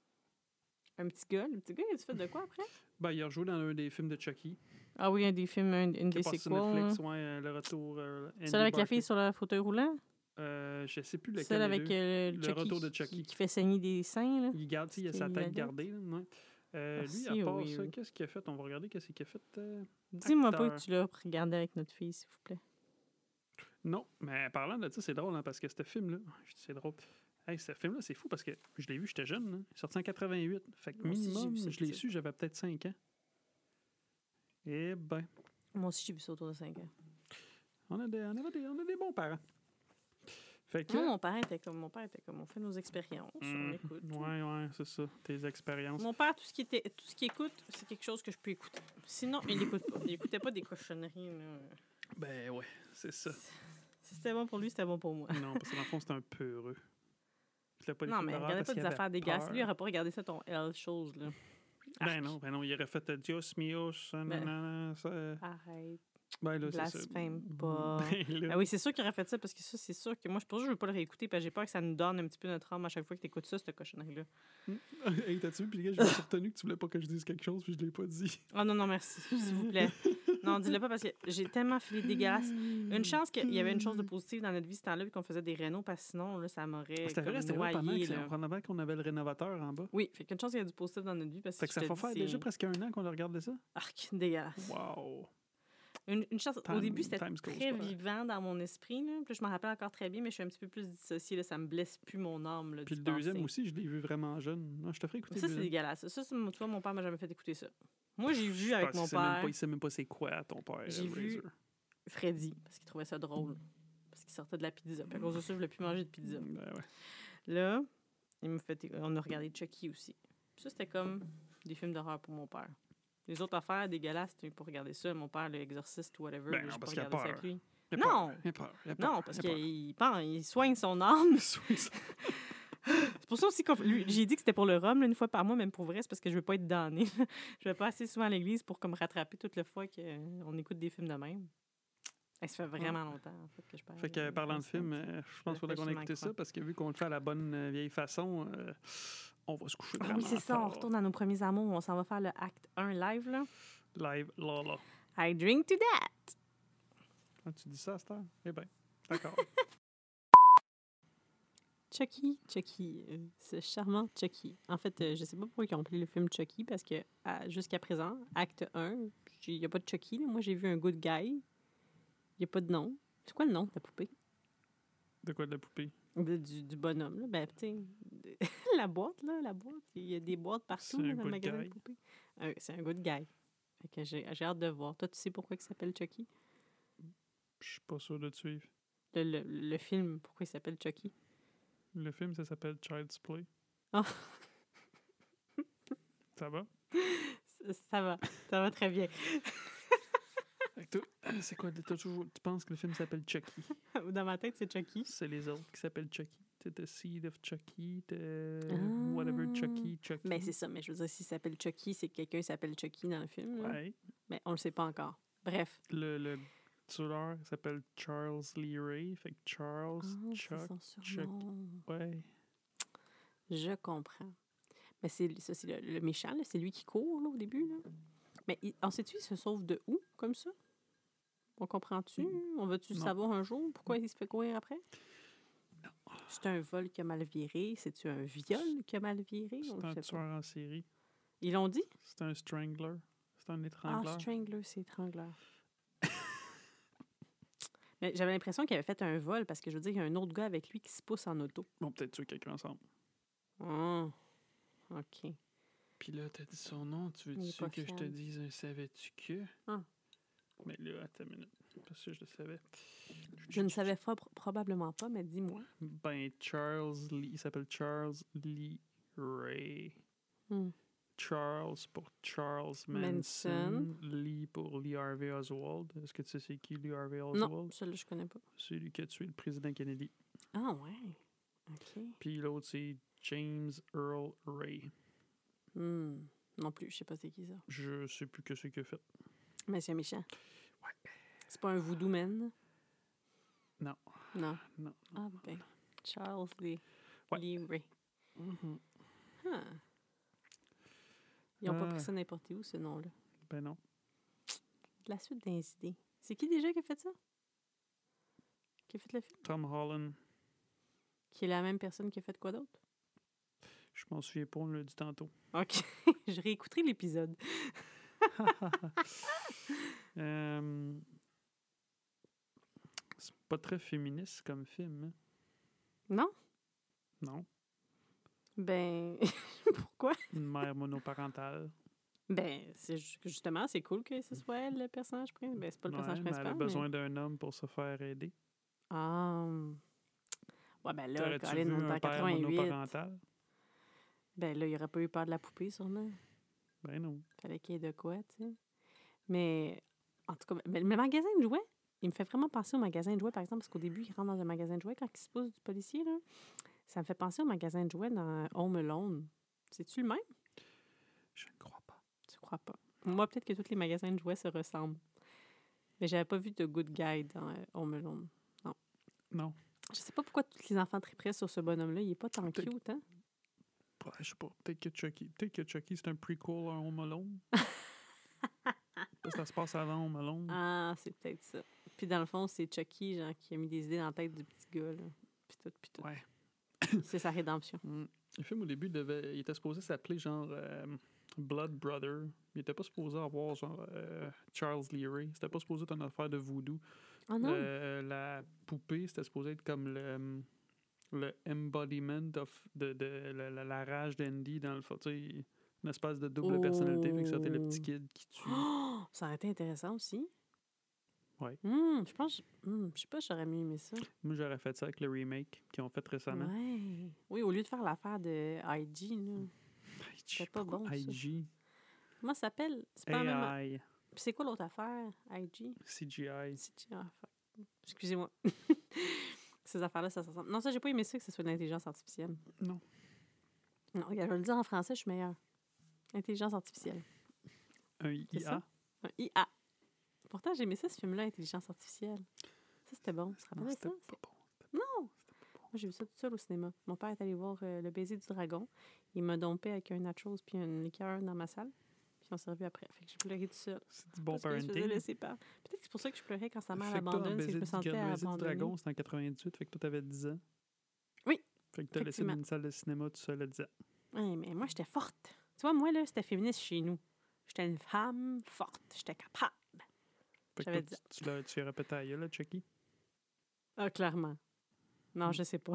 Un petit gars. Le petit gars, il a fait de quoi après? Ben, il a rejoué dans un des films de Chucky. Ah oui, un des films, un- une Qui des est passé sequels. sur Netflix, hein. ouais, euh, le retour. Euh, Andy Celle avec la Barclay. fille sur le fauteuil roulant? Euh, je sais plus lequel. Celle des avec deux. euh, Le Chucky retour de qui- Chucky. Qui, fait saigner des seins, là. Il garde, tu sais, il a C'était sa tête hilarant. gardée. Là, ouais. Euh, lui, Merci, à part oui, ça, oui. qu'est-ce qu'il a fait? On va regarder qu'est-ce qu'il a fait. euh, Dis-moi pas acteur. que tu l'as regardé avec notre fille, s'il vous plaît. Non, mais parlant de ça, c'est drôle, hein, parce que ce film-là, je dis c'est drôle. Hey, ce film-là, c'est fou parce que je l'ai vu, j'étais jeune. Là. Il est sorti en quatre-vingt-huit. Fait que Moi aussi, j'ai minimum, vu ce je l'ai titre. su, j'avais peut-être cinq ans. Eh ben, Moi aussi, j'ai vu ça autour de cinq ans. on a des, on a des, on a des bons parents. Fait que. Moi, mon père était comme mon père était comme on fait nos expériences, on Hmm, écoute. ouais, ouais, c'est ça, tes expériences. Mon père, tout ce qui était tout ce qu'il écoute, c'est quelque chose que je peux écouter. Sinon, il l'écoute pas. Il écoutait pas des cochonneries. Là. Ben ouais, c'est ça. Si c'était bon pour lui, c'était bon pour moi. Non, parce que dans le fond, c'est un peu heureux. Tu l'as pas des Non, films mais d'horreur regardez parce pas qu'il des avait affaires dégueulasses. peur. Lui, il aurait pas regardé ça, ton L chose, là. Ben non, ben non, il aurait fait euh, Dios mios, ça, Ben, nanana, ça. euh, Arrête. Ben là, c'est ça. Blasphème pas. Ben là, Ah oui, c'est sûr qu'il aurait fait ça parce que ça, c'est sûr que moi, je pense que je veux pas le réécouter parce que j'ai peur que ça nous donne un petit peu notre âme à chaque fois que tu écoutes ça, cette cochonnerie-là. Hey, t'as-tu vu? Puis les gars, je me suis retenu que tu voulais pas que je dise quelque chose, puis je l'ai pas dit. Oh non, non, merci, s'il vous plaît. Non, dis-le pas parce que j'ai tellement filé dégueulasse. Une chance qu'il y avait une chose de positive dans notre vie ce temps-là, puis qu'on faisait des rénaux, parce que sinon, là, ça m'aurait C'était vrai, comme c'était vrai pendant noyé. que- là. pendant qu'on avait le rénovateur en bas. Oui, fait qu'une chance qu'il y a du positif dans notre vie, parce que Fait que je ça te fait dis, faire c'est- déjà presque un an qu'on a regardé ça. Arc, dégueulasse. Wow! Une, une chance, au Time- début, c'était times goes très by. vivant dans mon esprit, là. Puis là, je m'en rappelle encore très bien, mais je suis un petit peu plus dissociée, là. Ça me blesse plus mon âme, là, Puis d'y le deuxième penser. aussi, je l'ai vu vraiment jeune. Non, je te ferai écouter Ça, le c'est deuxième. dégueulasse. Ça, c'est, tu vois, mon père m'a jamais fait écouter ça. Moi, j'ai Je vu avec pense mon qu'il sait même père pas- il sait même pas c'est quoi, ton père. J'ai euh, vu- Razor. Freddy, parce qu'il trouvait ça drôle. Parce qu'il sortait de la pizza. Puis à cause de ça, je voulais plus manger de pizza. Ben ouais. Là, il me fait, on a regardé Chucky aussi. Puis ça, c'était comme des films d'horreur pour mon père. Les autres affaires dégueulasses, c'était pour regarder ça. Mon père, l'exorciste ou whatever, Ben là, non, j'ai parce pas qu'il a regardé ça peur. avec lui. Il a Non! peur, il a peur, il a peur, Non, parce il a peur. qu'il pense, il soigne son âme. C'est pour ça aussi que j'ai dit que c'était pour le rhum, là, une fois par mois, même pour vrai, c'est parce que je veux pas être damnée. Je vais pas assez souvent à l'église pour comme rattraper toute la fois qu'on écoute des films de même. Hey, ça fait vraiment longtemps, en fait, que je parle. Fait que parlant de film, euh, je pense qu'il faudrait qu'on ait écouté ça parce que vu qu'on le fait à la bonne euh, vieille façon, euh, on va se coucher Ah vraiment oui, c'est ça, on tard. retourne à nos premiers amours. On s'en va faire le acte un live, là. Live, là, là. I drink to that. Ah, tu dis ça à cette heure? Eh bien, d'accord. Chucky, Chucky, euh, ce charmant Chucky. En fait, euh, je sais pas pourquoi ils ont appelé le film Chucky, parce que à- jusqu'à présent, acte un, il n'y a pas de Chucky. Là. Moi, j'ai vu un good guy. Il n'y a pas de nom. C'est quoi le nom de la poupée? De quoi, de la poupée? De- du, du bonhomme, là. Ben, tu sais, de- la boîte, là, la boîte. Il y a des boîtes partout C'est là, un dans le good magasin guy. de poupées. Un- c'est un good guy. Fait que j'ai, j'ai hâte de voir. Toi, tu sais pourquoi il s'appelle Chucky? Je suis pas sûr de te suivre. Le, le, le film, pourquoi il s'appelle Chucky? Le film, ça s'appelle Child's Play. Ah. Ça va? Ça, ça va, ça va très bien. Fait que toi, c'est quoi? t'as toujours, tu penses que le film s'appelle Chucky? Dans ma tête, c'est Chucky. C'est les autres qui s'appellent Chucky. T'as The Seed of Chucky, t'as Ah. whatever Chucky, Chucky. Mais c'est ça, mais je veux dire, s'il s'appelle Chucky, c'est que quelqu'un s'appelle Chucky dans le film. là. Ouais. Mais on le sait pas encore. Bref. Le, le tueur s'appelle Charles Lee Ray. Fait que Charles, Ah, Chuck. c'est son surnom. Ouais. Je comprends. Mais c'est ça, c'est le, le méchant, là, c'est lui qui court là, au début. Là. Mais il- on sait-tu, il se sauve de où, comme ça? On comprend-tu? On va-tu Non. savoir un jour pourquoi il se fait courir après? C'est un vol qui a mal viré? C'est-tu un viol qui a mal viré? C'est On le un sait pas. tueur en série. Ils l'ont dit? C'est un strangler. C'est un Ah, étrangleur. Strangler, c'est étrangleur. Mais j'avais l'impression qu'il avait fait un vol parce que je veux dire, il y a un autre gars avec lui qui se pousse en auto. Bon, peut-être tuer quelqu'un ensemble. Ah, OK. Puis là, t'as dit son nom. Tu Il est veux-tu pas que je te fiable. dise un savais-tu que? Ah. Mais là, attends une minute. Parce que je le savais. Je ne savais pas, pro- probablement pas, mais dis-moi. Ben, Charles Lee. Il s'appelle Charles Lee Ray. Hmm. Charles pour Charles Manson. Manson. Lee pour Lee Harvey Oswald. Est-ce que tu sais c'est qui, Lee Harvey Oswald? Non, celui-là, je connais pas. C'est lui qui a tué le président Kennedy. Ah, ouais. OK. Puis l'autre, c'est James Earl Ray. Hmm. Non plus, je sais pas c'est qui ça. Je sais plus que c'est qu'il a fait. Mais c'est un méchant. Ouais. C'est pas un voodoo man? Non. Non. Non. Ah, ben. Charles Lee. Ouais. Lee Ray. Mhm. Ah. Ils n'ont pas Ah. pris ça n'importe où, ce nom-là. Ben non. La suite des idées. C'est qui déjà qui a fait ça? Qui a fait le film? Tom Holland. Qui est la même personne qui a fait quoi d'autre? Je m'en souviens pas, on l'a dit tantôt. OK. Je réécouterai l'épisode. Euh, c'est pas très féministe comme film. Hein? Non? Non. Ben, pourquoi? Une mère monoparentale. Ben, c'est ju- justement, c'est cool que ce soit elle, le personnage principal. Ben, c'est pas le Ouais, personnage mais principal. elle a mais- besoin d'un homme pour se faire aider. Ah. Ouais, ben là, T'aurais-tu Colin, vu on est un en père quatre-vingt-huit. monoparental? Ben là, il aurait pas eu peur de la poupée, sûrement. Ben non. Fallait qu'il y ait de quoi, tu sais. Mais, en tout cas, ben, le magasin de jouets, il me fait vraiment penser au magasin de jouets, par exemple, parce qu'au début, il rentre dans un magasin de jouets quand il se pose du policier, là. Ça me fait penser au magasin de jouets dans Home Alone. C'est-tu le même? Je ne crois pas. Tu crois pas? Moi, peut-être que tous les magasins de jouets se ressemblent. Mais j'avais pas vu de Good Guy dans euh, Home Alone. Non. Je sais pas pourquoi tous les enfants triperaient sur ce bonhomme-là. Il est pas tant Peut-être- cute, hein? Ouais, je sais pas. Peut-être que Chucky. Peut-être que Chucky, c'est un prequel à Home Alone. Parce que ça se passe avant Home Alone. Ah, c'est peut-être ça. Puis dans le fond, c'est Chucky, genre, qui a mis des idées dans la tête du petit gars, là. Puis tout, puis tout. Ouais. C'est sa rédemption. Mm. Le film, au début, devait, il était supposé s'appeler genre euh, Blood Brother. Il était pas supposé avoir genre euh, Charles Lee Ray. C'était pas supposé être une affaire de voodoo. Ah non? Euh, la poupée, c'était supposé être comme le, le embodiment of de, de la, la- la rage d'Andy dans le fond. Tu sais, une espèce de double personnalité. Fait que c'était le petit Oh. kid qui tue. Oh, ça aurait été intéressant aussi. Ouais. Hmm, je pense, hmm, je sais pas, j'aurais mieux aimé ça. Moi, j'aurais fait ça avec le remake qu'ils ont fait récemment. Ouais. Oui, au lieu de faire l'affaire de I G, là. C'était pas bon, ça. I G, Comment ça s'appelle? C'est pas la même... A I, Puis c'est quoi l'autre affaire? I G? C G I. C G I. Ah, fuck. Excusez-moi. Ces affaires-là, ça s'ensemble. Non, ça, j'ai pas aimé ça que ce soit de l'intelligence artificielle. Non. Non, regarde, je vais le dire en français, je suis meilleure. Intelligence artificielle. Un C'est I A. ça? Un I A. Pourtant, j'ai aimé ça, ce film-là, Intelligence artificielle. Ça, c'était bon. Tu te rappelles Non, de c'était ça? pas bon. Non! Moi, j'ai vu ça tout seul au cinéma. Mon père est allé voir euh, Le baiser du dragon. Il m'a dompé avec un nachos puis une liqueur dans ma salle. Puis on s'est revu après. Fait que j'ai pleuré tout seul. C'est du bon Parce que je faisais parenting. laisser par... Peut-être que c'est pour ça que je pleurais quand sa mère Fait que toi, en l'abandonne, c'est que je me Baiser du- sentais Baiser du abandonnée. dragon, c'était en quatre-vingt-dix-huit, fait que toi, t'avais dix ans. Oui, Fait que t'as laissé effectivement. dans une salle de cinéma tout seul à dix ans. Ouais, mais moi, j'étais forte. Tu vois, moi, là, c'était féministe chez nous. J'étais une femme forte. J'étais capable. Fait que J'avais toi, tu, tu, l'as- tu y aurais pété à la gueule, là, Chucky. Ah, clairement. Non, Mm. je sais pas.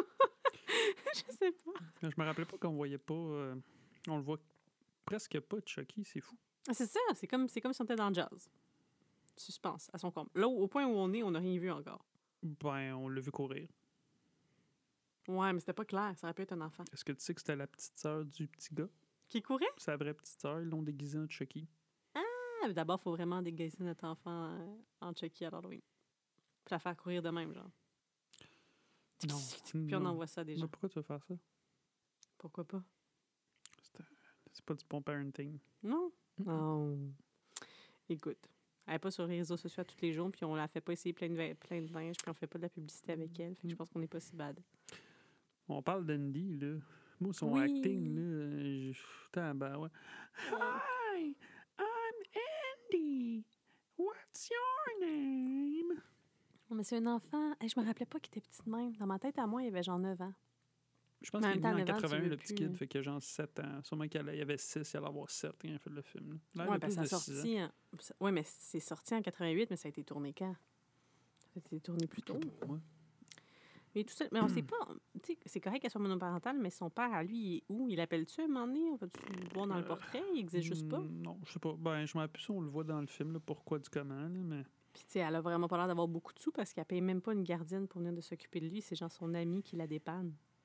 je sais pas. Je me rappelais pas qu'on voyait pas... euh, on le voit presque pas, Chucky, c'est fou. Ah, c'est ça. C'est comme, c'est comme si on était dans le jazz. Suspense, à son comble. Là, au point où on est, on n'a rien vu encore. Ben, on l'a vu courir. Ouais, mais c'était pas clair. Ça aurait pu être un enfant. Est-ce que tu sais que c'était la petite sœur du petit gars? Qui courait? Sa vraie petite sœur, ils l'ont déguisée en Chucky. Ah, mais d'abord, il faut vraiment déguiser notre enfant euh, en Chucky à l'Halloween. Puis la faire courir de même, genre. Non. Puis on non. envoie ça à des gens. Mais pourquoi tu veux faire ça? Pourquoi pas? C'est c'est pas du bon parenting. Non? Mm-mm. Non. Écoute, elle n'est pas sur les réseaux sociaux à tous les jours, puis on la fait pas essayer plein de, ve- plein de linge, puis on fait pas de la publicité avec elle. Fait que je Mm. pense qu'on n'est pas si bad. On parle d'Andy, là. Moi, son Oui. acting, là, je... Putain, ben ouais. Hi, I'm Andy. What's your name? Oh, mais c'est un enfant. Hey, je me rappelais pas qu'il était petit de même. Dans ma tête, à moi, il avait genre neuf ans. Je pense Mais en qu'il est même né en temps, neuf ans, tu quatre-vingt-un, veux le petit plus, kid, euh. fait qu'il a genre sept ans. Sûrement qu'il allait- il avait six, il allait avoir sept quand il a fait le film. Là. Là, il Oui, a ben, plus ça a de six ans. sorti. En... Oui, mais c'est sorti en quatre-vingt-huit, mais ça a été tourné quand? Ça a été tourné plus tôt. Ouais. Mais tout ça, mais on sait pas. Tu sais, c'est correct qu'elle soit monoparentale, mais son père, à lui, il est où? Il l'appelle-tu un moment donné? On va-tu le voir dans le Euh, portrait? Il existe juste pas. Mm, Non, je sais pas. Ben, je m'en rappelle plus si on le voit dans le film, là, pourquoi du comment, là, mais... Puis, tu sais, elle a vraiment pas l'air d'avoir beaucoup de sous parce qu'elle paye même pas une gardienne pour venir de s'occuper de lui. C'est genre son ami qui la dépanne.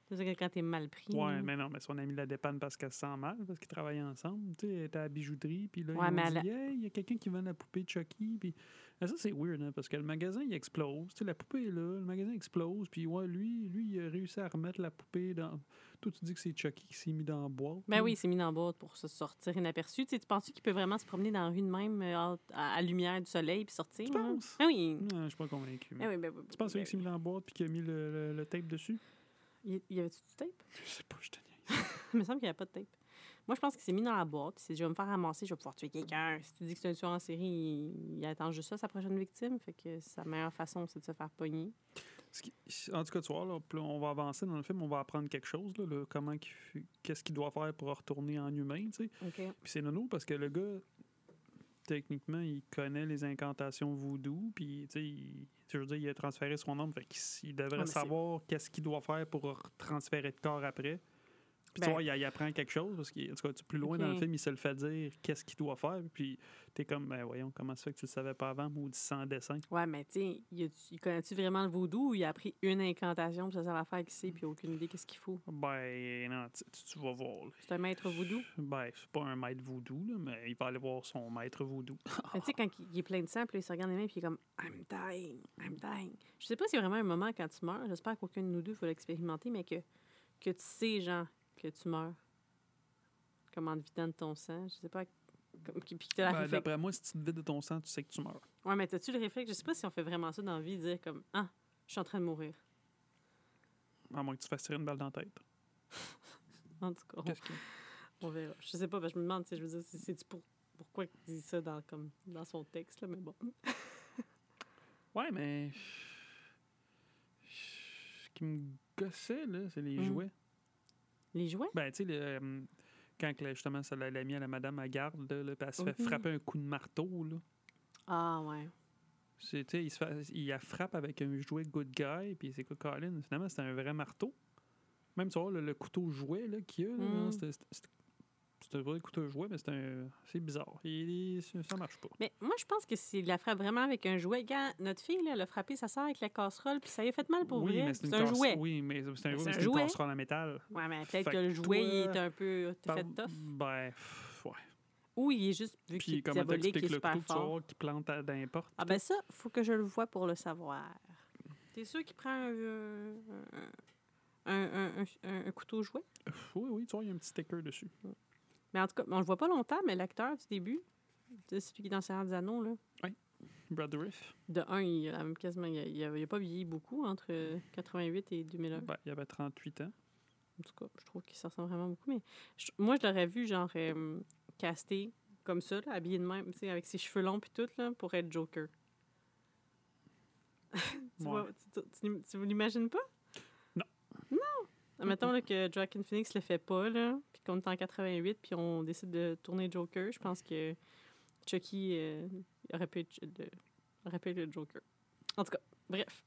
C'est ça que quand t'es mal pris. Ouais, là. mais non, mais son ami la dépanne parce qu'elle se sent mal, parce qu'ils travaillaient ensemble. Tu sais, elle était à la bijouterie, puis là, Ouais, ils mais ont elle dit a- « Hey, il y a quelqu'un qui vend la poupée de Chucky. » Puis ah, ça, c'est weird, hein, parce que le magasin, il explose. Tu sais, la poupée est là, le magasin explose, puis ouais, lui, lui, il a réussi à remettre la poupée dans... Toi, tu dis que c'est Chucky qui s'est mis dans la boîte. Ben là. oui, il s'est mis dans la boîte pour se sortir inaperçu. Tu sais, tu penses qu'il peut vraiment se promener dans la rue de même euh, à, à la lumière du soleil puis sortir? Tu là? penses? Ben oui. Non, je suis pas convaincu. mais- Ben oui, ben, oui, Tu penses que c'est ben lui qui s'est mis dans la boîte puis qui a mis le, le- le tape dessus? oui. Y y avait-tu du tape? Je sais pas, je te niaise. Il me semble qu'il n'y avait pas de tape. Moi, je pense qu'il s'est mis dans la boîte. Il s'est dit, je vais me faire ramasser, je vais pouvoir tuer quelqu'un. Si tu dis que c'est un tueur en série, il, il attend juste ça, sa prochaine victime. Fait que sa meilleure façon, c'est de se faire pogner. Ce qui- En tout cas, tu vois, là, puis là, on va avancer dans le film, on va apprendre quelque chose, là, le- comment qu'il f- qu'est-ce qu'il doit faire pour retourner en humain, tu sais. OK. Puis c'est nono parce que le gars, techniquement, il connaît les incantations voodoo, puis tu sais, il- je veux dire, il a transféré son âme, fait qu'il s- il devrait Ouais, mais c'est- savoir qu'est-ce qu'il doit faire pour transférer de corps après. Puis tu Ben- vois, il, il apprend quelque chose, parce que, en tout cas, tu- plus loin dans le Ok. film, il se le fait dire qu'est-ce qu'il doit faire, puis t'es comme, ben voyons, comment ça fait que tu le savais pas avant, maudit sans dessin. Ouais, mais tu sais, il, a- il connaît-tu vraiment le vaudou ou il a appris une incantation, puis ça sert à faire qu'il sait, puis il a aucune idée qu'est-ce qu'il faut? Ben non, tu, tu- tu vas voir. là. C'est un maître vaudou? Ben, c'est pas un maître voodoo, là, mais il va aller voir son maître voodoo. Mais tu sais, quand il il est plein de sang, puis là, il se regarde les mains, puis il est comme I'm dying, I'm dying. Je sais pas si c'est vraiment un moment quand tu meurs. J'espère qu'aucun de nous deux va l'expérimenter, mais que, que tu sais, genre, que tu meurs. Comme en te vidant de ton sang. Je sais pas. Comme, puis que t'as la Ben, réflexe. D'après moi, si tu te vides de ton sang, tu sais que tu meurs. Ouais, mais t'as-tu le réflexe? Je sais pas si on fait vraiment ça dans la vie, dire comme ah, je suis en train de mourir. À moins que tu te fasses tirer une balle dans la tête. En tout cas, on, Qu'est-ce que... on verra. Je sais pas, parce que je me demande, tu sais, je veux dire, c'est- c'est-tu pour, pourquoi il dit ça dans, comme, dans son texte, là, mais bon. Ouais, mais... Ce qui me gossait, là, c'est les Mm. jouets. Les jouets? Ben, tu sais, le, euh, quand que, là, justement, ça l'a l'a mis à la madame à garde, là, là, puis elle se fait Oui. frapper un coup de marteau, là. Ah, ouais. C'est, tu sais, il, se fait, il la frappe avec un jouet good guy, puis c'est quoi, Colin? Finalement, c'était un vrai marteau. Même, tu vois, le, le couteau jouet là, qu'il y a, là, Mm. non, c'était, c'était, c'était- c'est un vrai couteau jouet, mais c'est un... c'est bizarre. Il, il- ça marche pas. Mais moi, je pense que s'il la frappe vraiment avec un jouet, quand notre fille, là, elle a frappé sa sœur avec la casserole, puis ça lui a fait mal pour oui, vrai. mais c'est, une un casse- jouet. Oui, mais c'est un Mais jouet, c'est mais un c'est une jouet. casserole en métal. Ouais, mais Fait peut-être que que le jouet, il toi, est un peu Par- fait tough. Ben, pff, ouais. Ou il est juste, vu qu'il Puis est comment diabolique, il t'expliques est le super couteau que tu vas fort. voir qui plante à- dans les portes? Ah ben ça, faut que je le vois pour le savoir. T'es sûr qu'il prend un, euh, un, un, un, un- un couteau jouet? Pff, Oui, oui, tu vois, il y a un petit sticker dessus. Mais en tout cas, on le voit pas longtemps, mais l'acteur du début, c'est celui qui est dans Seigneur des Anneaux, là. Brad Dourif, De un, il a même quasiment, il a, il a- il a pas vieilli beaucoup entre quatre-vingt-huit et deux mille un. ben, il avait trente-huit ans. En tout cas, je trouve qu'il s'en ressemble vraiment beaucoup. Mais je- moi, je l'aurais vu, genre, euh, casté comme ça, là, habillé de même, tu sais, avec ses cheveux longs puis tout, là, pour être Joker. tu, Ouais. vois, tu, tu, tu, tu l'imagines pas? Non. Non! Mettons là, que Joaquin Phoenix le fait pas, là, puis qu'on est en quatre-vingt-huit, puis on décide de tourner Joker, je pense que Chucky euh, aurait, pu être, le, aurait pu être le Joker. En tout cas, bref.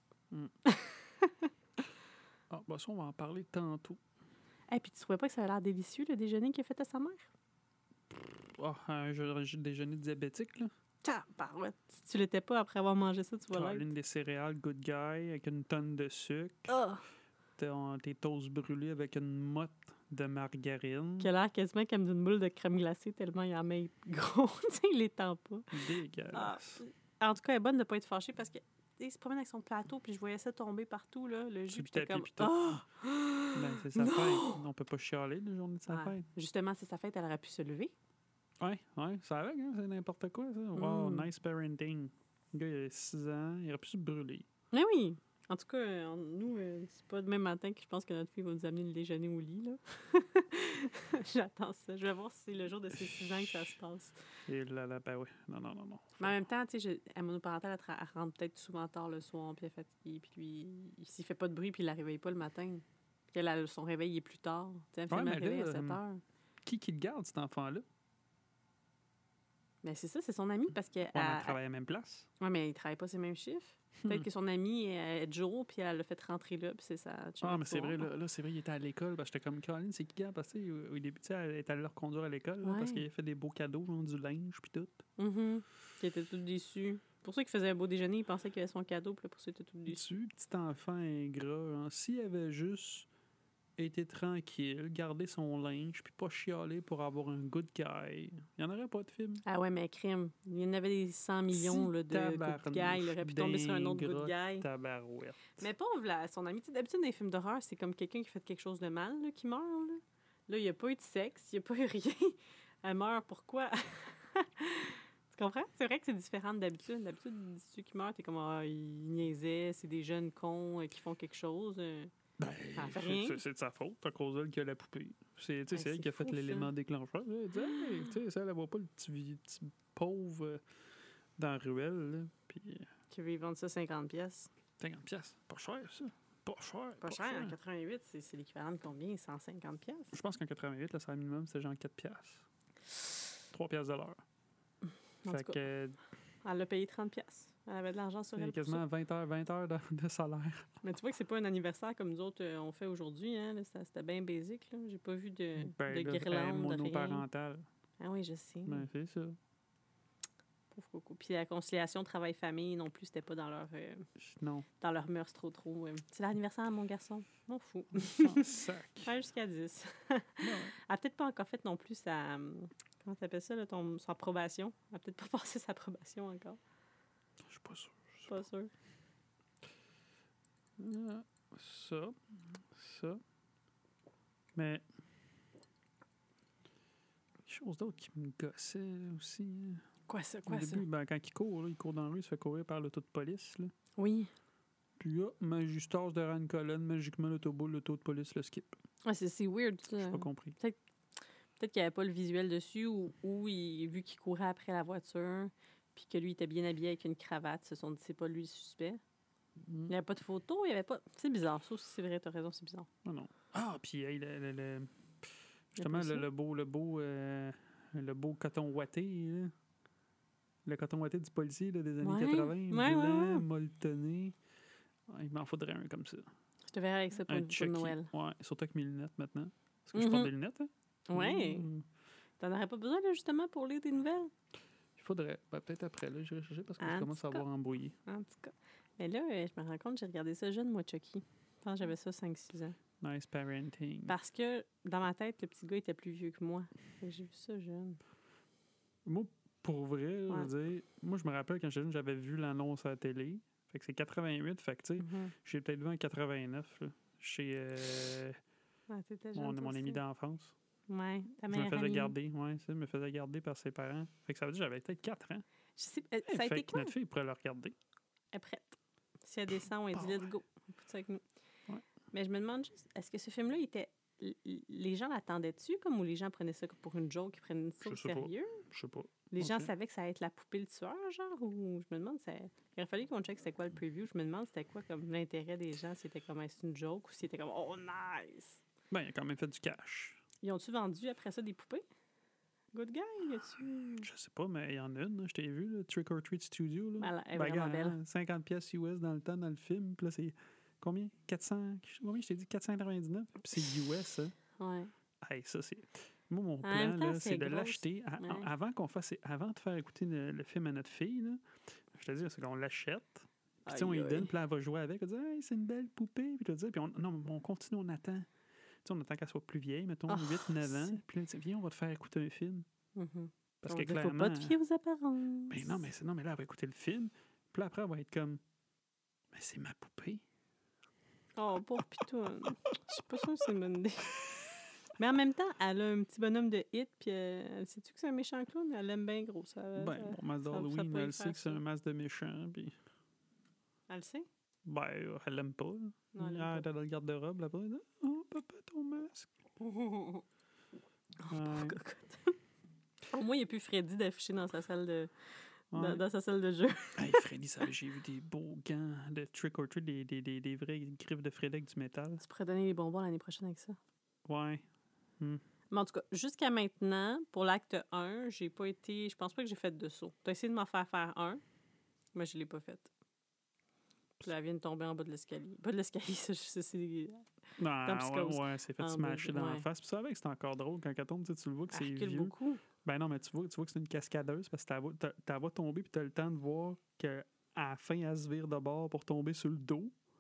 Ah, ben ça, on va en parler tantôt. Et puis tu trouvais pas que ça avait l'air délicieux, le déjeuner qu'il a fait à sa mère? Ah, un jeu- jeu- déjeuner diabétique, là. Tabarouette! Si tu l'étais pas après avoir mangé ça, tu vois l'être. Une des céréales good guy avec une tonne de sucre. Ah! Ton- Tes toasts brûlés avec une motte de margarine. Qui a l'air quasiment comme d'une boule de crème glacée tellement il en met gros. Tu sais, il les tend pas. Dégueulasse. En tout cas, elle est bonne de pas être fâchée parce que tu sais, il se promène avec son plateau puis je voyais ça tomber partout, là, le Sur jus. le Puis j'étais tapis comme... puis tout. Ah! Ben, c'est sa Non! fête. On peut pas chialer la journée de sa Ouais. fête. Justement, c'est sa fête, elle aurait pu se lever. Ouais, ouais, ça va, hein, c'est n'importe quoi, ça. Wow, Mm. nice parenting. Le gars, il a six ans, il aurait pu se brûler. Mais oui! En tout cas, euh, on- nous, euh, c'est pas demain matin que je pense que notre fille va nous amener le déjeuner au lit, là. J'attends ça. Je vais voir si c'est le jour de ses six ans que ça se passe. Et là, là, ben oui. Non, non, non, non. Mais en même temps, tu sais, je- à monoparentale, elle, tra- elle rentre peut-être souvent tard le soir, puis elle est fatiguée, puis lui, il- s'il fait pas de bruit, puis il la réveille pas le matin. Puis elle, elle, son réveil est plus tard. Tu sais, elle me Ouais, fait mais me réveiller là, à sept euh, heures. Qui qui le garde, cet enfant-là? Mais c'est ça, c'est son ami, parce que... On a elle- travaillé à la même place. ouais, mais il travaille pas ses mêmes chiffres. Peut-être Hmm. que son ami est est Joe, puis elle l'a fait rentrer là, puis c'est ça. Ah, mais c'est vrai, là, là c'est vrai, il était à l'école. Ben, j'étais comme, Colin, c'est qui, gars? Parce que, tu sais, au au début, tu sais, elle est allée le reconduire à l'école, là, parce Ouais. qu'il a fait des beaux cadeaux, genre du linge, puis tout. Mhm. Qui était tout déçu. Pour ceux qui faisaient un beau déjeuner, ils pensaient qu'il avait son cadeau, puis là, pour ceux qui étaient tout déçus. Tu, petit enfant ingrat, hein, s'il avait juste été tranquille, garder son linge, puis pas chialer pour avoir un good guy. Il n'y en aurait pas de film. Ah ouais, mais crime. Il y en avait des cent millions là, de good guy. Il aurait pu tomber sur un autre good guy. Tabarouette. Mais pauvre, là, son ami. Tu sais, d'habitude, dans les films d'horreur, c'est comme quelqu'un qui fait quelque chose de mal, là, qui meurt. Là, là il n'y a pas eu de sexe, il n'y a pas eu rien. Elle meurt, pourquoi? Tu comprends? C'est vrai que c'est différent d'habitude. D'habitude, ceux qui meurent, t'es comme, ah, ils niaisaient, c'est des jeunes cons euh, qui font quelque chose. Euh, ben, fait rien. c'est, c'est de sa faute, à cause d'elle qui a la poupée. C'est, ben, c'est elle qui a fait fou, l'élément ça. déclencheur. Elle dit, hey, tu sais, ça, elle voit pas le petit, petit pauvre euh, dans la ruelle. Là, puis, euh, Qui veut y vendre ça cinquante pièces. cinquante pièces. Pas cher, ça. Pas cher. Pas, pas cher. cher. En quatre-vingt-huit, c'est, c'est l'équivalent de combien? cent cinquante pièces. Je pense qu'en quatre-vingt-huit, le salaire minimum, c'était genre quatre pièces. trois pièces de l'heure. En Fait tout cas, que, elle a payé trente pièces. Elle avait de l'argent sur il y a elle. quasiment vingt heures, vingt heures de, de salaire. Mais tu vois que c'est pas un anniversaire comme nous autres, euh, on fait aujourd'hui. Hein, là, ça, c'était bien basique. Là. J'ai pas vu de, Ben, de là, guirlande, elle est de rien. monoparentale. Ah oui, je sais. Ben, c'est ça. Pauvre coco. Puis la conciliation travail-famille non plus, c'était pas dans leur, euh, Non. dans leur mœurs trop trop. euh. C'est l'anniversaire de mon garçon. M'en fous. Sans sac. Faire jusqu'à dix. Ouais. Elle a peut-être pas encore fait non plus sa... Comment t'appelles ça, là, ton, sa probation? Elle a peut-être pas passé sa probation encore. Je suis pas sûr. Je suis pas sûre. Ah, ça. Ça. Mais. Quelque chose d'autre qui me gossait aussi. hein. Quoi ça? Au Quoi ça? début, ben, quand il court, là, il court dans la rue, il se fait courir par l'auto de police. Là. Oui. Puis là, Magistas derrière une colonne, magiquement l'autobus, l'auto de police le skip. Ah, c'est, c'est weird, ça. J'ai pas compris. Peut-être qu'il n'y avait pas le visuel dessus ou, ou il, vu qu'il courait après la voiture puis que lui était bien habillé avec une cravate, se sont dit c'est pas lui le suspect. Il n'y avait pas de photo, il y avait pas... C'est bizarre, ça aussi, c'est vrai, t'as raison, c'est bizarre. Ah non. Ah, puis hey, le, le, le- justement, Il y a le, pas le beau, le beau, euh, le beau coton ouaté, là. Le coton ouaté du policier là, des années Ouais, quatre-vingts, ouais, blanc, ouais, ouais. molletonné. Ah, il m'en faudrait un comme ça. Je te verrai avec ça pour, Un pour Chucky. Noël. Ouais, surtout avec mes lunettes maintenant. Parce que je Mhm. porte des lunettes, hein? Ouais. Mm. T'en aurais pas besoin, là, justement, pour lire des nouvelles? Il faudrait. Ben, peut-être après, là, je vais chercher parce que En je commence tout à cas. avoir embrouillé. En tout cas. Mais là, euh, je me rends compte, j'ai regardé ça jeune, moi, Chucky. Je pense que j'avais ça cinq six ans. Nice parenting. Parce que, dans ma tête, le petit gars était plus vieux que moi. Fait que j'ai vu ça jeune. Moi, pour vrai, Ouais. je veux dire, moi, je me rappelle quand j'étais jeune, j'avais vu l'annonce à la télé. Fait que c'est quatre-vingt-huit. Fait que, tu sais, Mhm. j'ai peut-être vu en quatre-vingt-neuf, là, chez euh, Ouais, t'étais jeune, mon, toi mon ami aussi. d'enfance. Ouais, ta Je me meilleure faisais amie. garder, ouais, ça, me faisait garder par ses parents. Fait que ça veut dire que j'avais peut-être quatre ans. Je sais, euh, Eh, ça a fait été que quoi? notre fille pourrait le regarder. Elle est prête. Si elle descend, elle dit Bah let's go. On fout ça avec nous. Ouais. Mais je me demande juste, est-ce que ce film-là, il était. l- l- Les gens l'attendaient-tu comme ou les gens prenaient ça pour une joke, ils prenaient ça Je au sais pas. sérieux? Je sais pas. Les gens Ok. savaient que ça allait être la poupée le tueur, genre? Ou je me demande, ça... il aurait fallu qu'on check c'était quoi le preview. Je me demande c'était quoi comme l'intérêt des gens, si c'était comme est-ce une joke ou si c'était comme oh nice! Ben, il a quand même fait du cash. Ils ont-tu vendu après ça des poupées? Good guy, y a-tu. Je sais pas, mais il y en a une, là, je t'ai vu, là, Trick or Treat Studio. Là. Elle est Ben, vraiment gars, belle. hein, cinquante pièces U S dans le temps, dans le film. Puis là, c'est combien? quatre cents? Combien je t'ai dit? quatre cent quatre-vingt-dix-neuf? Puis c'est U S, ça. Ouais. Hey, ça, c'est... Moi, mon En même plan, temps, là, c'est c'est de grosse. l'acheter. à- Ouais. Avant qu'on fasse... Avant de faire écouter le, le film à notre fille, là, je te dis, c'est qu'on l'achète. Puis, tu sais, on lui Aïe, donne, aïe. puis là, elle va jouer avec. Elle va dire, hey, c'est une belle poupée. Puis, tu vas dire, puis on, non, on continue, on attend. Tu sais, on attend qu'elle soit plus vieille, mettons, Ah, huit neuf ans. c'est- Puis là, tu dis, viens, on va te faire écouter un film. Mhm. Parce On que dit, clairement. faut pas te fier aux apparences. Ben non, mais, c'est- non, mais là, elle va écouter le film. Puis là, après, elle va être comme, mais c'est ma poupée. Oh, pauvre pitoune. Je suis pas sûre que c'est une bonne idée. Mais en même temps, elle a un petit bonhomme de hit, puis euh, sais-tu que c'est un méchant clown? Elle l'aime bien gros, ça. Ben, ça- mon masque ça- ça d'Halloween, peut y elle sait faire que c'est ça. un masque de méchant. Puis, Elle le sait? ben, euh, elle l'aime pas. Là. Non, elle l'aime Ah, pas. elle est dans le garde-robe là-bas. Elle dit, oh, papa, ton masque. Oh, pauvre Ouais. cocotte. Au moins, il n'y a plus Freddy d'afficher dans sa salle de, dans, Ouais. dans sa salle de jeu. Hey, Freddy, ça, j'ai vu des beaux gants de Trick or Treat, des, des, des, des vrais griffes de Freddy avec du métal. Tu pourrais donner les bonbons l'année prochaine avec ça. Ouais. Hmm. Mais en tout cas, jusqu'à maintenant, pour l'acte un, j'ai pas été. Je pense pas que j'ai fait de saut. Tu as essayé de m'en faire faire un, mais je l'ai pas fait. Puis là, elle vient de tomber en bas de l'escalier. Pas de l'escalier, ça, c'est. c'est- Non, Comme ouais, psychose. ouais, c'est fait En smasher bas, dans la ouais. face. Puis ça, avec, c'est encore drôle. Quand elle tombe, tu sais, tu le vois que c'est Elle recule vieux. beaucoup. Ben non, mais tu vois, tu vois que c'est une cascadeuse parce que tu la vois tomber puis tu as le temps de voir qu'à la fin, elle se vire de bord pour tomber sur le dos. Puis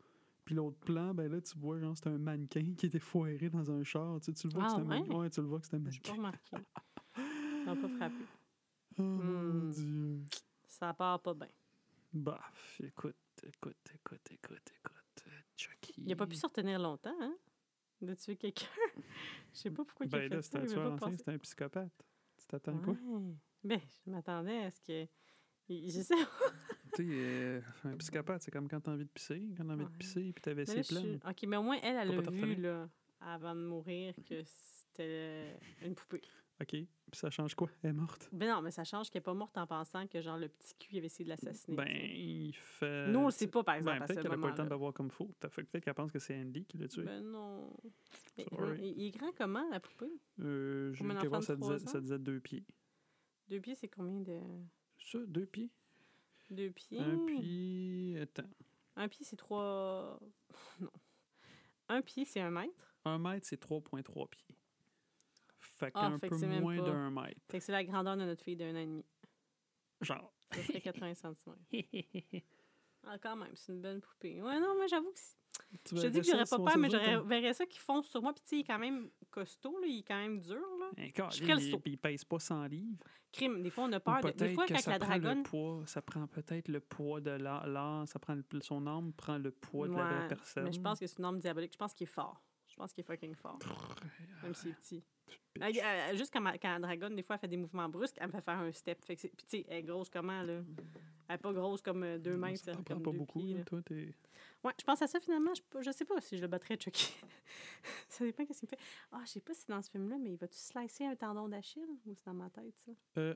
Puis l'autre plan, ben là, tu vois, genre, c'est un mannequin qui était foiré dans un char. Tu, sais, tu le vois Ah, que c'est un ouais? mannequin. Ouais, tu le vois que c'est un J'ai pas mannequin. remarqué. Ça m'a pas frappé. Oh mon Hmm. Dieu. Ça part pas bien. Bah, écoute, écoute, écoute, écoute, écoute. euh, Chucky. Il a pas pu se retenir longtemps, hein? De tuer quelqu'un. Je sais pas pourquoi il a Ben fait là, ça. c'était un Il veut tueur pas en série, passer. c'était un psychopathe. Tu t'attends à quoi? Ouais. Ben, je m'attendais à ce que... il- Je sais pas. Tu sais, euh, un psychopathe, c'est comme quand t'as envie de pisser. Quand t'as envie de Ouais. pisser, puis ta Mais là, vessie est je suis... pleine. OK, mais au moins, elle, elle Faut a pas te vu, retenir. là, avant de mourir, que c'était une poupée. OK. Puis ça change quoi? Elle est morte. Ben non, mais ça change qu'elle est pas morte en pensant que, genre, le petit cul avait essayé de l'assassiner. Ben, tu sais. il fait. Nous, on le sait pas, par exemple, Ben, à peut-être ce qu'elle a pas eu le temps de moment-là. l'avoir comme faux. Fait que peut-être qu'elle pense que c'est Andy qui l'a tué. Ben non. Mais, Sorry. hein, il il est grand comment, la poupée? Euh, j'ai Comme un été enfant voir, de ça trois disait, ans? ça disait deux pieds. Deux pieds, c'est combien de... Ça, deux pieds? Deux pieds? Un pied. Attends. Un pied, c'est trois... Non. Un pied, c'est un mètre. Un mètre, c'est trois virgule trois pieds. Fait Ah, qu'un fait peu que c'est même moins pas- d'un mètre. Fait que c'est la grandeur de notre fille d'un an et demi. Genre. Ça ferait quatre-vingts centimètres. Ah, quand même, c'est une bonne poupée. Ouais, non, moi, j'avoue que... c'est- Tu Je te verrais dis que ça j'aurais sur pas mon peur, mais cerveau j'aurais comme- verrais ça qui fonce sur moi. Puis, tu sais, il est quand même costaud, là. Il est quand même dur, là. Un corps, Je ferais le il- saut. puis il pèse pas cent livres. Crime, des fois, on a Ou peur. De... Des peut-être fois, que quand ça la prend le dragonne... poids, ça prend peut-être le poids de l'âme, l'âme, ça prend le- son âme prend le poids de la vraie Ouais, personne. mais je pense que c'est une arme diabolique. Je pense qu'il est fort. Je pense qu'il est fucking fort. Même s'il est petit. Bitch. Euh, euh, Juste quand, ma- quand la dragonne, des fois, elle fait des mouvements brusques, elle me fait faire un step. Fait que c'est- Puis, tu sais, elle est grosse comment, là? Elle est pas grosse comme euh, deux mètres, Ça t'en comme prend pas deux beaucoup, pieds, là, là. toi, t'es... Ouais, je pense à ça, finalement. Je, je sais pas si je le battrais, Chucky. Ça dépend qu'est-ce qu'il me fait. Ah, je sais pas si c'est dans ce film-là, mais il va-tu slicer un tendon d'Achille? Ou c'est dans ma tête, ça? Euh...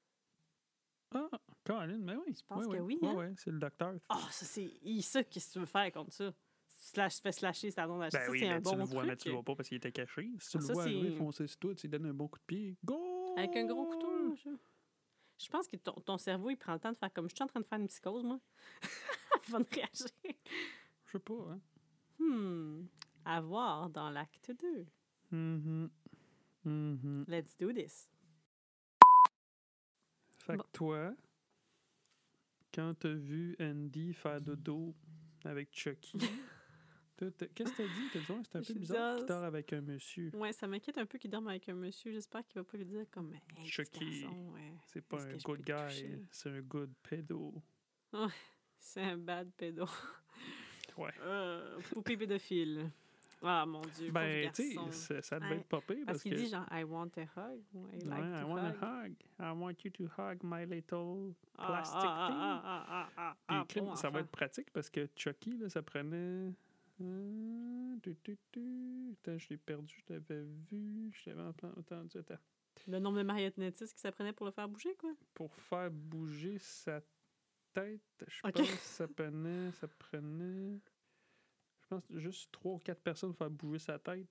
Ah, Colin, mais oui. Je pense Ouais, que ouais. oui, Ouais, hein? ouais, c'est le docteur. Ah, ça, c'est... Hi, ça, qu'est-ce que tu veux faire contre ça? Si tu slash- fais slasher ce tendon d'Achille, Ben ça, oui, c'est ben un tu bon le vois, truc. mais tu le vois pas parce qu'il était caché. Si tu Ah, le ça, vois arriver, c'est- foncer sur toi, tu lui donnes un bon coup de pied. Go! Avec un gros couteau, là, je... Je pense que ton, ton cerveau, il prend le temps de faire comme... Je suis en train de faire une psychose, moi. Avant de réagir. Je sais pas, hein. Hmm. À voir dans l'acte deux. Mhm. Mhm. Let's do this. Fait que Bon. toi, quand t'as vu Andy faire dodo avec Chucky, t'as- t'as- qu'est-ce que t'as dit? T'as dit, ouais, c'est un peu J'ai dit, bizarre qu'il ah, dort avec un monsieur. Ouais, ça m'inquiète un peu qu'il dorme avec un monsieur. J'espère qu'il va pas lui dire comme... Hey, petit Chucky, garçon, ouais. C'est pas Est-ce un que je good peux te guy, toucher? c'est un good pédo. C'est un bad pédo. Ouais. Euh, poupée pédophile. Ah, mon Dieu, Ben, pauvre tu garçon. sais, ça- ça devait Ouais, être pas pire Parce parce qu'il que... dit genre, I want a hug. Ou I like Ouais, I to want hug. a hug. I want you to hug my little Ah, plastic ah, thing. ah, ah, ah, ah, Puis ah, crime, pauvre ça va enfant. être pratique parce que Chucky, là, ça prenait... Hum, tu, tu, tu. Attends, je l'ai perdu, je l'avais vu, je l'avais enten- entendu. Attends. Le nombre de marionnettistes qui s'apprenait pour le faire bouger, quoi. Pour faire bouger sa tête, je Ok. pense que ça prenait... Ça prenait... Je pense juste trois ou quatre personnes pour faire bouger sa tête.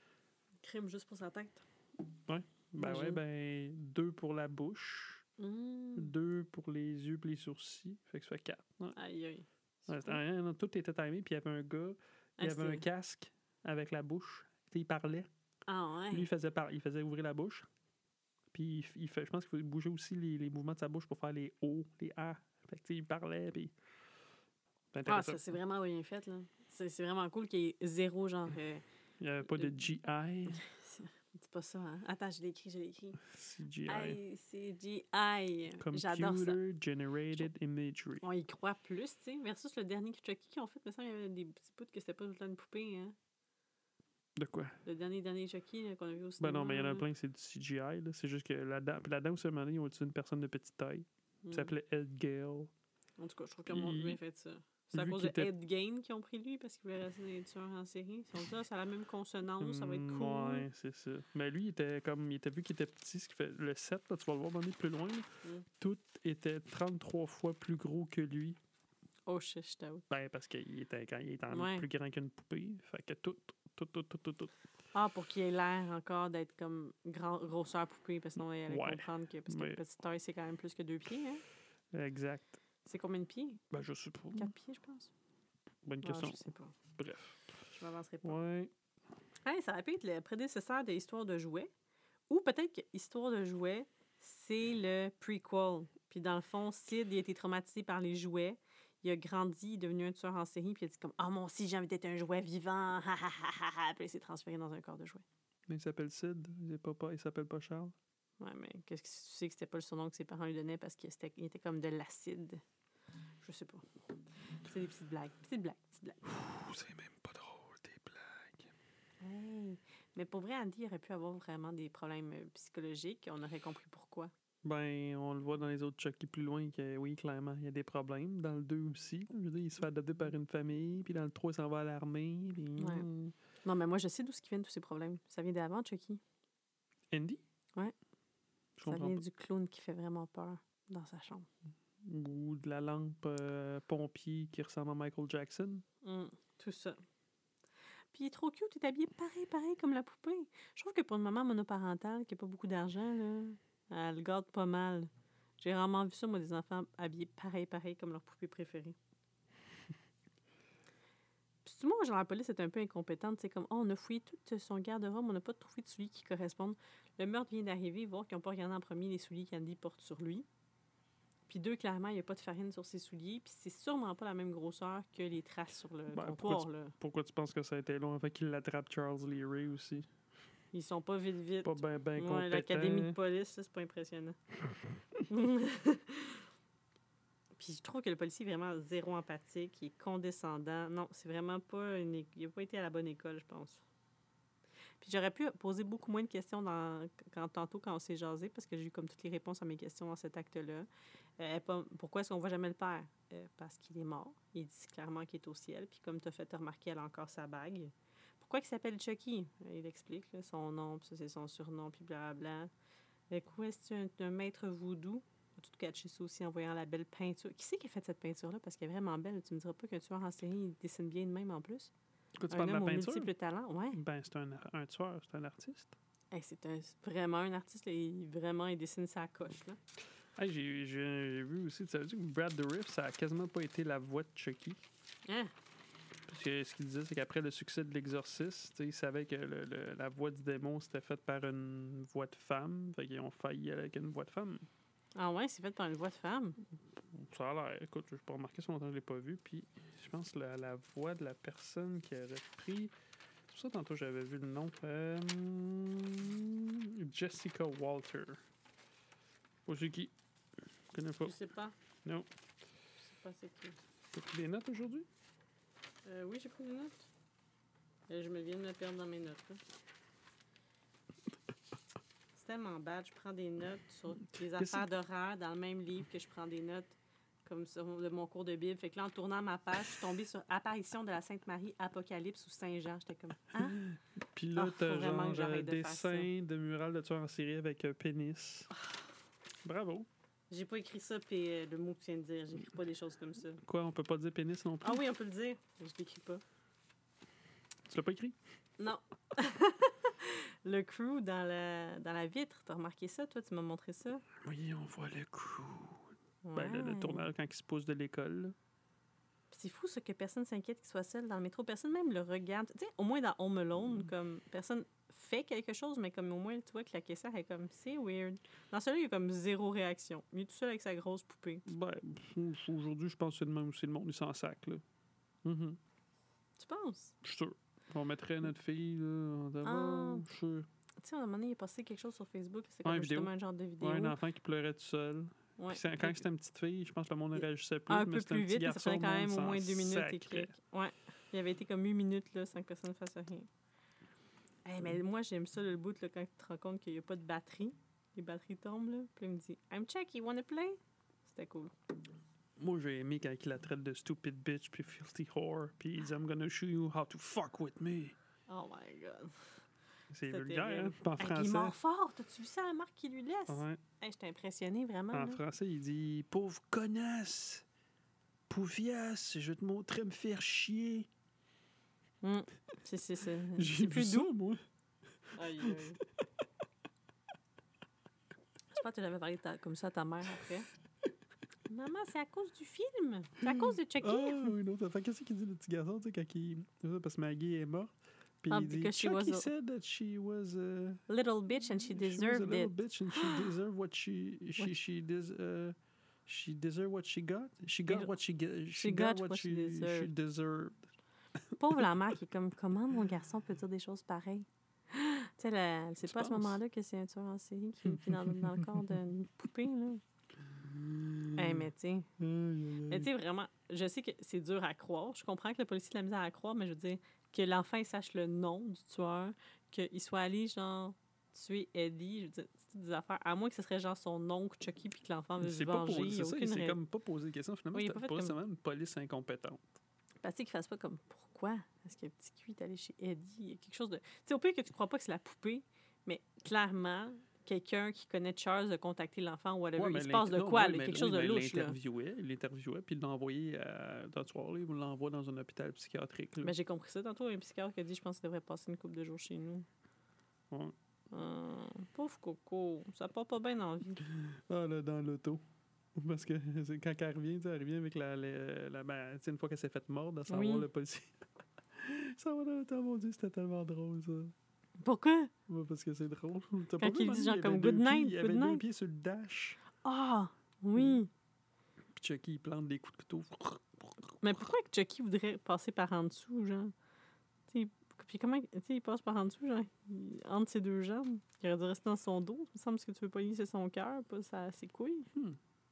Crime juste pour sa tête. Ben Imagine. ouais, ben deux pour la bouche, Mmh. deux pour les yeux et les sourcils. Fait que ça fait quatre. Ouais. Aïe, aïe. Ouais, C'est c'était fou. rien, non, tout était timé, puis il y avait un gars, Ah, il avait un c'était- casque avec la bouche. Tu sais, il parlait. Ah, ouais. Lui, il faisait, par... il faisait ouvrir la bouche. Puis il, f- il fait, je pense qu'il faut bouger aussi les, les mouvements de sa bouche pour faire les O, les A. Fait que tu sais, il parlait, puis... C'est Ah, intéressant. ça, c'est vraiment bien fait, là. C'est c'est vraiment cool qu'il y ait zéro, genre... euh, Il n'y avait pas de de- G I, c'est c'est pas ça, hein? Attends, je l'ai écrit, je l'ai écrit. C G I. I C G I. J'adore ça. Computer Generated Imagery. On y croit plus, tu sais. Versus le dernier Chucky qu'ils ont fait, mais ça, il y avait des petits bouts que c'était pas tout le temps une poupée, hein. De quoi? Le dernier, dernier Chucky là, qu'on a vu au Ben cinéma. non, mais il y en a là. plein, c'est du C G I. là. C'est juste que là-dedans, puis là-dedans, aussi, à un moment donné, ils ont utilisé une personne de petite taille. Mm. qui s'appelait Ed Gale. En tout cas, je trouve qu'ils ont Il- bien fait ça. C'est à vu cause qu'il de était- Ed Gein qu'ils ont pris lui parce qu'il voulait rester des tueurs en série. Ils ont dit, ah, ça a la même consonance, ça va être Mm, cool. Ouais, c'est ça. Mais lui, il était comme il était vu qu'il était petit, ce qui fait le sept, là, tu vas le voir donner plus loin. là, Mm. Tout était trente-trois fois plus gros que lui. Oh shit, je t'avoue. Ben, parce qu'il était quand il était en Ouais. plus grand qu'une poupée. Fait que tout, tout, tout, tout, tout, tout. Ah, pour qu'il ait l'air encore d'être comme grand, grosseur poupée, parce que sinon, il allait Ouais. comprendre que. Parce que Mais- petite taille, c'est quand même plus que deux pieds, hein? Exact. C'est combien de pieds? Ben, je sais pas. Quatre pieds, je pense. Bonne Ah, question. je sais pas. Bref. Je m'avancerai pas. Ouais. Hey, ça aurait pu être le prédécesseur de Histoire de jouets. Ou peut-être que Histoire de jouets, c'est le prequel. Puis dans le fond, Sid il a été traumatisé par les jouets. Il il a grandi, il est devenu un tueur en série, puis il a dit comme « Ah, moi aussi, j'ai envie d'être un jouet vivant! » Puis il s'est transféré dans un corps de jouet. Mais il s'appelle Sid, il est pas, pas, il s'appelle pas Charles. Ouais, mais qu'est-ce que tu sais que c'était pas le surnom que ses parents lui donnaient parce qu'il était, il était comme de l'acide? Je sais pas. C'est des petites blagues. Petites blagues, petites blagues. Ouh, c'est même pas drôle, des blagues. Hey. Mais pour vrai, Andy aurait pu avoir vraiment des problèmes euh, psychologiques. On aurait compris pourquoi. Ben, on le voit dans les autres Chucky plus loin que, oui, clairement, il y a des problèmes. Dans le deux aussi. Je veux dire, il se fait adopter par une famille, puis dans le trois, il s'en va à l'armée. Puis... Ouais. Non, mais moi, je sais d'où ce qui viennent tous ces problèmes. Ça vient d'avant, Chucky. Andy? Ouais. Je Ça comprends vient pas. du clown qui fait vraiment peur dans sa chambre. Ou de la lampe euh, pompier qui ressemble à Michael Jackson. Mm, tout ça. Puis il est trop cute, il est habillé pareil, pareil comme la poupée. Je trouve que pour une maman monoparentale qui n'a pas beaucoup d'argent, là, elle le garde pas mal. J'ai rarement vu ça, moi, des enfants habillés pareil, pareil comme leur poupée préférée. Puis tout le monde, genre, la police est un peu incompétente. C'est comme, oh, on a fouillé tout son garde-robe, on n'a pas trouvé de souliers qui correspondent. Le meurtre vient d'arriver, voir qu'ils n'ont pas regardé en premier les souliers qu'Andy porte sur lui. Puis deux, clairement, il n'y a pas de farine sur ses souliers. Puis c'est sûrement pas la même grosseur que les traces sur le Ben, comptoir. pourquoi, tu, là. pourquoi tu penses que ça a été long avant qu'il l'attrape Charles Lee Ray aussi? Ils sont pas vite vite. Pas bien ben Ouais, compétent. l'académie de police, ça, c'est pas impressionnant. Puis je trouve que le policier est vraiment zéro empathique, il est condescendant. Non, c'est vraiment pas une... Il n'a pas été à la bonne école, je pense. Puis j'aurais pu poser beaucoup moins de questions dans... quand, tantôt quand on s'est jasé, parce que j'ai eu comme toutes les réponses à mes questions dans cet acte-là. Euh, pas... Pourquoi est-ce qu'on voit jamais le père? Euh, parce qu'il est mort. Il dit clairement qu'il est au ciel. Puis comme tu as fait remarquer, elle a encore sa bague. Pourquoi il s'appelle Chucky? Il explique là, son nom, puis ça c'est son surnom, puis blablabla. Du coup, est-ce que tu es un, un maître voodoo? On a tout catché ça aussi en voyant la belle peinture. Qui c'est qui a fait cette peinture-là? Parce qu'elle est vraiment belle. Tu me diras pas qu'un tueur en série, il dessine bien de même en plus. Pourquoi tu Un parles de la homme aux peinture? multiples talents, ouais. Ben, c'est un, un tueur, c'est un artiste. Hey, c'est un, vraiment un artiste. Là, il, vraiment, il dessine sa coche. Là. Hey, j'ai, j'ai, j'ai vu aussi, tu savais que Brad Dourif, ça a quasiment pas été la voix de Chucky. Hein? Parce que ce qu'il disait, c'est qu'après le succès de l'Exorciste, il savait que le, le, la voix du démon, c'était faite par une voix de femme. Fait qu'ils ont failli aller avec une voix de femme. Ah ouais, c'est fait par une voix de femme? Ça a l'air. Écoute, je n'ai pas remarqué ça longtemps que je l'ai pas vu. Puis, je pense que la, la voix de la personne qui a repris... C'est pour ça tantôt j'avais vu le nom. Euh, Jessica Walter. Pas c'est qui? Je connais pas. Je sais pas. Non. Je sais pas c'est qui. T'as pris des notes aujourd'hui? Euh, oui, j'ai pris des notes. Euh, je me viens de me perdre dans mes notes. Là. C'est tellement bad. Je prends des notes sur des affaires d'horreur dans le même livre que je prends des notes comme sur de mon cours de Bible. Fait que là, en tournant ma page, je suis tombée sur Apparition de la Sainte Marie, Apocalypse ou Saint-Jean. J'étais comme, hein? Puis là, Oh, t'as faut vraiment genre que j'arrête euh, de faire ça. dessin de mural de tueur en série avec un pénis. Bravo. J'ai pas écrit ça, puis euh, le mot que tu viens de dire. J'écris pas des choses comme ça. Quoi, on peut pas dire pénis non plus? Ah oui, on peut le dire. Je l'écris pas. Tu l'as pas écrit? Non. Le crew dans la, dans la vitre, t'as remarqué ça? Toi, tu m'as montré ça? Oui, on voit le crew. Ouais. Ben, le, le tournage quand il se pose de l'école. là. C'est fou, ça, que personne s'inquiète qu'il soit seul dans le métro. Personne même le regarde. Tu sais, au moins dans Home Alone, comme personne fait quelque chose, mais comme au moins, tu vois que la caissière est comme, c'est weird. Dans celui-là, il y a comme zéro réaction. Il est tout seul avec sa grosse poupée. Ben, aujourd'hui, je pense que c'est le même aussi. Le monde, il s'en sac, là. Mm-hmm. Tu penses? Je suis sûr. On mettrait notre fille, là, en Ah. devant. Je suis sûr. Tu sais, à un moment donné, il est passé quelque chose sur Facebook. C'est Ouais, comme vidéo. justement un genre de vidéo. Ouais, un enfant qui pleurait tout seul. Ouais. Puis c'est- quand c'était une petite fille, je pense que le monde ne réagissait plus. Un mais peu c'était plus un petit vite, mais ça garçon, prenait quand le même monde au moins s'en deux minutes et sacrait. quelques. Ouais. Il avait été comme huit minutes là, sans que personne ne fasse rien. Hey, mais moi, j'aime ça, le bout, là, quand tu te rends compte qu'il n'y a pas de batterie. Les batteries tombent, là. Puis il me dit « I'm Chucky, wanna play? » C'était cool. Moi, j'ai aimé quand il la traite de stupid bitch puis filthy whore. Puis il dit I'm gonna show you how to fuck with me. Oh my God. C'est C'était vulgaire, hein? terrible. Puis en Hey, français. il est mort fort. T'as-tu vu ça, la marque qu'il lui laisse? Ouais. Hey, j'étais impressionnée, vraiment. En là. français, il dit pauvre connasse, pouviasse, je vais te montrer me faire chier. Mm. C'est, c'est, c'est, J'ai c'est vu plus ça, doux. moi. Aïe, aïe. J'espère que tu l'avais parlé ta- comme ça à ta mère après. Maman, c'est à cause du film. C'est à cause de Chucky. Ah, oui, non. Fait qu'est-ce qu'il dit, le petit garçon, tu sais, quand il. Parce que Maggie est morte. Puis Ah, il dit because she Chucky was a- said that she was. Uh, Little bitch and she she was a deserved little it. bitch and she deserved what she. She, What? she, des, uh, She deserved what she got. She got Et- what she, get, she, she got, got what what she, she deserved. she deserved. Pauvre la mère qui est comme, comment mon garçon peut dire des choses pareilles? Tu sais, elle, elle sait Tu pas à ce penses? moment-là que c'est un tueur en série qui, qui est dans, dans le corps d'une poupée, là. Hey, mais tu sais, Aïe, aïe, mais aïe. tu sais, vraiment, je sais que c'est dur à croire. Je comprends que le policier a de la misère à croire, mais je veux dire, que l'enfant, il sache le nom du tueur, qu'il soit allé, genre, tuer Eddie, je veux dire, c'est toutes des affaires. À moins que ce serait, genre, son oncle Chucky, puis que l'enfant veut se C'est pas venger. posé, Il y c'est a ça, il aucune s'est raison. comme pas posé de question. Finalement, Oui, il a c'était pas fait pas comme- seulement une police incompétente. Parce qu'il fasse pas comme, pourquoi est-ce que petit cul est allé chez Eddie? Il y a quelque chose de... Tu sais, au pire que tu crois pas que c'est la poupée, mais clairement, quelqu'un qui connaît Charles a contacté l'enfant ou whatever. Ouais, il mais se passe de l'int- non, quoi, oui, là? mais- Quelque oui, chose de mais louche, là. Il l'interviewait, il l'interviewait, puis il l'a envoyé à, dans le soir, là, il l'envoie dans un hôpital psychiatrique. Là. Ben, j'ai compris ça tantôt. Un psychiatre qui a dit, je pense qu'il devrait passer une couple de jours chez nous. Ouais. Ah, pauvre Coco, ça part pas bien dans la vie. Ah, là, dans l'auto. Parce que c'est quand elle revient, tu sais, elle revient avec la. la, la ben, tu sais, une fois qu'elle s'est faite mordre, à savoir Oui. le policier. Ça va dans le temps, mon Dieu, c'était tellement drôle, ça. Pourquoi? Ouais, parce que c'est drôle. T'as Quand vu, il un dit moment genre donné, comme il avait good deux pieds- night, Il avait good deux night. pieds sur le dash. Ah, oui. Puis Chucky, il plante des coups de couteau. Mais pourquoi que Chucky voudrait passer par en dessous, genre? Tu sais, puis comment, tu sais, il passe par en dessous, genre, il- entre ses deux jambes. Il aurait dû rester dans son dos. Il me semble que tu veux pas lier, c'est son cœur, pas sa, ses couilles. Hmm.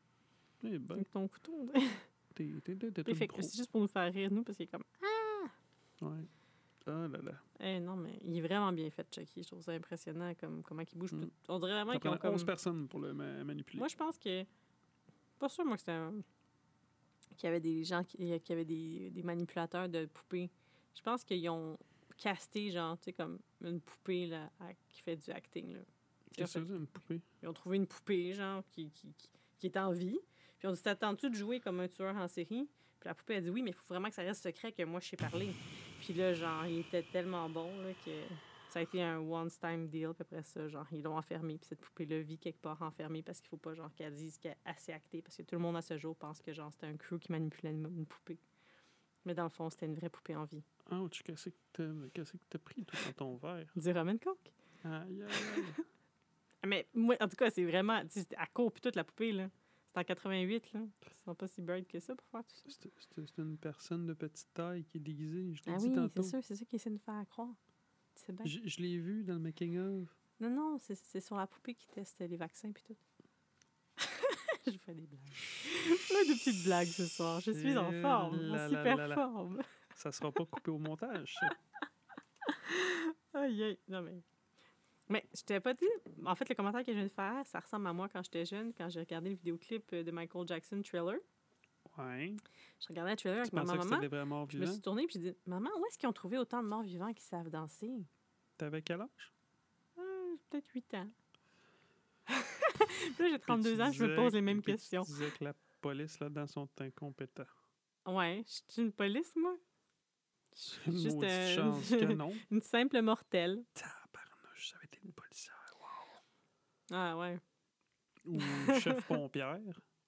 Eh ben, Avec ton couteau. t'es t'es- t'es- t'es Puis une fait que pro. c'est juste pour nous faire rire, nous, parce qu'il est comme... Ouais. Ah là là. Eh non, mais il est vraiment bien fait, Chucky. Je trouve ça impressionnant, comme comment il bouge. Mm. Tout. On dirait vraiment Ça qu'ils ont prend comme... onze personnes pour le ma- manipuler. Moi, je pense que... Pas sûr, moi, que c'était un- qu'il y avait des gens qui, qui avaient des, des manipulateurs de poupées. Je pense qu'ils ont casté, genre, tu sais, comme une poupée là, à- qui fait du acting, là. Qu'est-ce que c'est, une poupée? Ils ont trouvé une poupée, genre, qui, qui, qui, qui est en vie. Puis on dit, t'attends-tu de jouer comme un tueur en série? Puis la poupée a dit, oui, mais il faut vraiment que ça reste secret, que moi, je sais parler. Puis là, genre, il était tellement bon, là, que ça a été un once-time deal. Puis après ça, genre, ils l'ont enfermé. Puis cette poupée-là vit quelque part enfermée parce qu'il faut pas, genre, qu'elle dise qu'elle est assez actée. Parce que tout le monde, à ce jour, pense que, genre, c'était un crew qui manipulait une, une poupée. Mais dans le fond, c'était une vraie poupée en vie. Ouch, qu'est-ce que t'as, qu'est-ce que t'as pris, toi, dans ton verre? Du rum and coke. Aïe, aïe, aïe. Mais moi, en tout cas, c'est vraiment... Tu sais, c'était à court, puis toute la poupée, là. C'était en quatre-vingt-huit, là. Ils sont pas si bird que ça pour faire tout ça. C'est, c'est- c'est une personne de petite taille qui est déguisée. Je l'ai Ah dit oui, tantôt. c'est sûr, c'est ça qu'ils essaient de nous faire croire. C'est bien. Je, je l'ai vu dans le making-of. Non, non, c'est, c'est sur la poupée qui teste les vaccins puis tout. Je fais des blagues. Plein de petites blagues ce soir. Je suis en Eh forme, là en là super là là. forme. Ça sera pas coupé au montage, ça. Aïe, aïe. Non, mais... Mais je t'avais pas dit... En fait, le commentaire que je viens de faire, ça ressemble à moi quand j'étais jeune, quand j'ai regardé le vidéoclip de Michael Jackson, Thriller. Ouais. Je regardais le trailer Tu avec ma pensais que c'était maman. des vrais morts Je me vivants? suis tournée puis j'ai dit, maman, où est-ce qu'ils ont trouvé autant de morts vivants qui savent danser? T'avais quel âge? Ah, peut-être huit ans. Puis là, j'ai trente-deux Puis tu ans, je me disais- pose les mêmes puis tu questions. disais que la police là-dedans sont incompétents. Ouais, je suis une police, moi. Je suis juste Maudite un- chance que non. une simple mortelle. Tabarnouche, ça avait été une policière. Wow. Ah ouais. Ou chef pompière.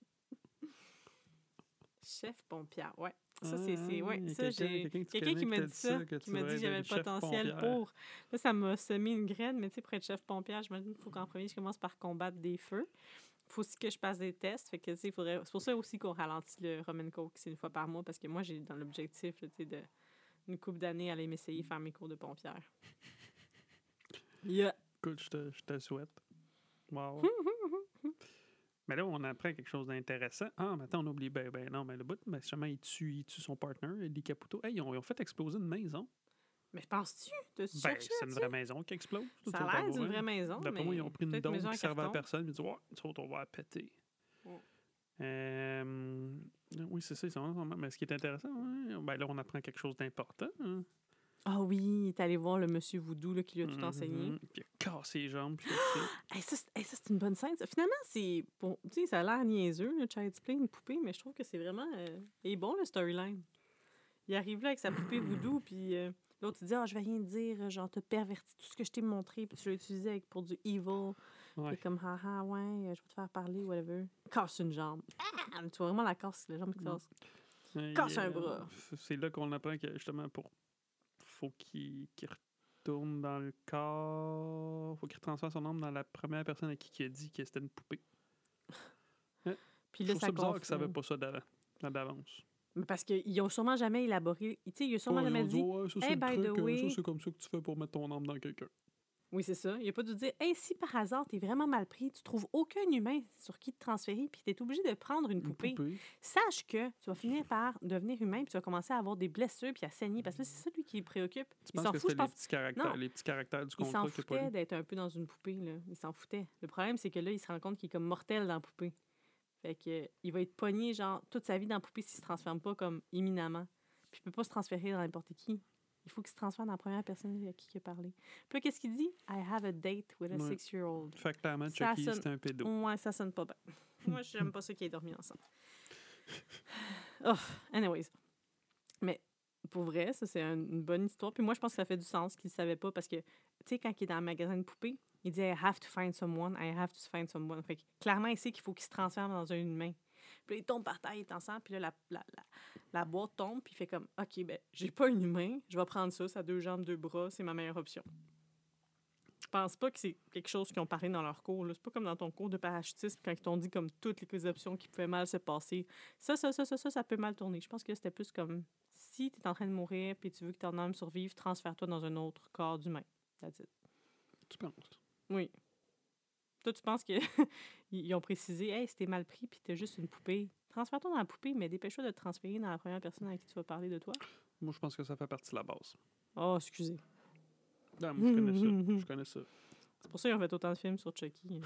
Chef pompière, ouais. Ça, c'est... c'est Ah, ouais, il y a ça, quelqu'un- j'ai... quelqu'un que tu Quelqu'un qui connais m'a qui dit t'a dit ça, ça, que qui tu m'a dit devrais que j'avais le être chef potentiel pompière. pour. Là, ça m'a semé une graine, mais tu sais, pour être chef pompière, j'imagine qu'il faut qu'en premier, je commence par combattre des feux. Il faut aussi que je passe des tests. Fait que, tu sais, il faudrait... C'est pour ça aussi qu'on ralentit le rum and coke, c'est une fois par mois, parce que moi, j'ai dans l'objectif, là, tu sais, de une couple d'années, aller m'essayer faire mes cours de pompière. Yeah. Écoute, je te, je te souhaite. Wow. Mais là, on apprend quelque chose d'intéressant. Ah, mais attends, on oublie. Ben, ben non, mais le bout, ben, justement, il tue, il tue son partner, Eddie Caputo. Hey, ils ont, ils ont fait exploser une maison. Mais penses-tu? T'as-tu Ben, cherché c'est une là-dessus? vraie maison qui explose. Ça tu a vas l'air pas d'une voir. vraie maison, D'après mais moi, ils ont pris une peut-être dôme maison en qui servait à carton. personne. Ils disent, ouais, nous autres, on va la péter. Ouais. Euh, oui, c'est ça. Ils sont vraiment- Mais ce qui est intéressant, hein, ben là, on apprend quelque chose d'important. Hein. Ah oui, il est allé voir le monsieur Voodoo là, qui lui a tout Mhm. enseigné. Puis il a cassé les jambes. Puis tout ça. Hey, ça, c'est hey, ça, c'est une bonne scène. ça. Finalement, c'est. Bon, tu sais, ça a l'air niaiseux, le Child's Play, une poupée, mais je trouve que c'est vraiment. Euh, il est bon, le storyline. Il arrive là avec sa poupée Voodoo, puis euh, l'autre, il dit, ah, je vais rien te dire, genre, t'as perverti tout ce que je t'ai montré, puis tu l'as utilisé avec, pour du evil. Ouais. Et comme, ah, ah, ouais, euh, je vais te faire parler, whatever. Casse une jambe. Ah, tu vois vraiment la casse, la jambe qui casse. Et, Casse un euh, bras. C'est là qu'on apprend que justement, pour faut qu'il qu'il retourne dans le corps, faut qu'il transfère son âme dans la première personne à qui il a dit que c'était une poupée. Puis Puis Je là, trouve ça ça bizarre confirme. qu'ils savaient pas ça d'avant, d'avance. Mais parce qu'ils ont sûrement jamais élaboré. Tu sais, ils ont sûrement Oh, jamais ils ont dit. ouais, ça, c'est Hey, le by the truc, euh, way- ça, c'est comme ça que tu fais pour mettre ton âme dans quelqu'un. Oui, c'est ça. Il n'a pas dû dire, hey, si par hasard, t'es vraiment mal pris, tu trouves aucun humain sur qui te transférer, puis t'es obligé de prendre une Une poupée. poupée. Sache que tu vas finir par devenir humain, puis tu vas commencer à avoir des blessures, puis à saigner. Parce que là, c'est ça, lui, qui le préoccupe. Tu Il penses s'en que fout, je c'était les pense. petits caractères, Non. les petits caractères du Il s'en contrat qu'il a pas foutait lu? d'être un peu dans une poupée, là. Il s'en foutait. Le problème, c'est que là, il se rend compte qu'il est comme mortel dans la poupée. Fait que, euh, il va être pogné, genre, toute sa vie dans la poupée s'il se transforme pas comme imminemment. Puis il peut pas se transférer dans n'importe qui. Il faut qu'il se transfère dans la première personne à qui il a parlé. Puis là, qu'est-ce qu'il dit? I have a date with a Ouais. six-year-old. Fait que clairement, Ça Chucky, sonne- c'était un pédo. Ouais, ça sonne pas bien. Moi, j'aime pas ça qu'ils aient dormi ensemble. Oh, anyways. Mais pour vrai, ça, c'est un- une bonne histoire. Puis moi, je pense que ça fait du sens qu'il ne savait pas parce que, tu sais, quand il est dans le magasin de poupées, il dit I have to find someone, I have to find someone. Fait que clairement, il sait qu'il faut qu'il se transforme dans un humain. Puis là, il tombe par terre, il est ensemble, puis là, la, la, la, la boîte tombe, puis il fait comme OK, ben, j'ai pas un humain, je vais prendre ça, ça a deux jambes, deux bras, c'est ma meilleure option. Je pense pas que c'est quelque chose qu'ils ont parlé dans leur cours. Là. C'est pas comme dans ton cours de parachutisme quand ils t'ont dit comme toutes les options qui pouvaient mal se passer. Ça, ça, ça, ça, ça, ça peut mal tourner. Je pense que c'était plus comme si tu es en train de mourir puis tu veux que ton âme survive, transfère-toi dans un autre corps d'humain. That's it. Tu penses? Oui. Toi, tu penses qu'ils ils ont précisé, hey, si t'es mal pris puis t'es juste une poupée, transfère-toi dans la poupée, mais dépêche-toi de te transférer dans la première personne à qui tu vas parler de toi. Moi, je pense que ça fait partie de la base. Oh, excusez. Non, moi, je connais ça. Je connais ça. C'est pour ça qu'ils ont fait autant de films sur Chucky.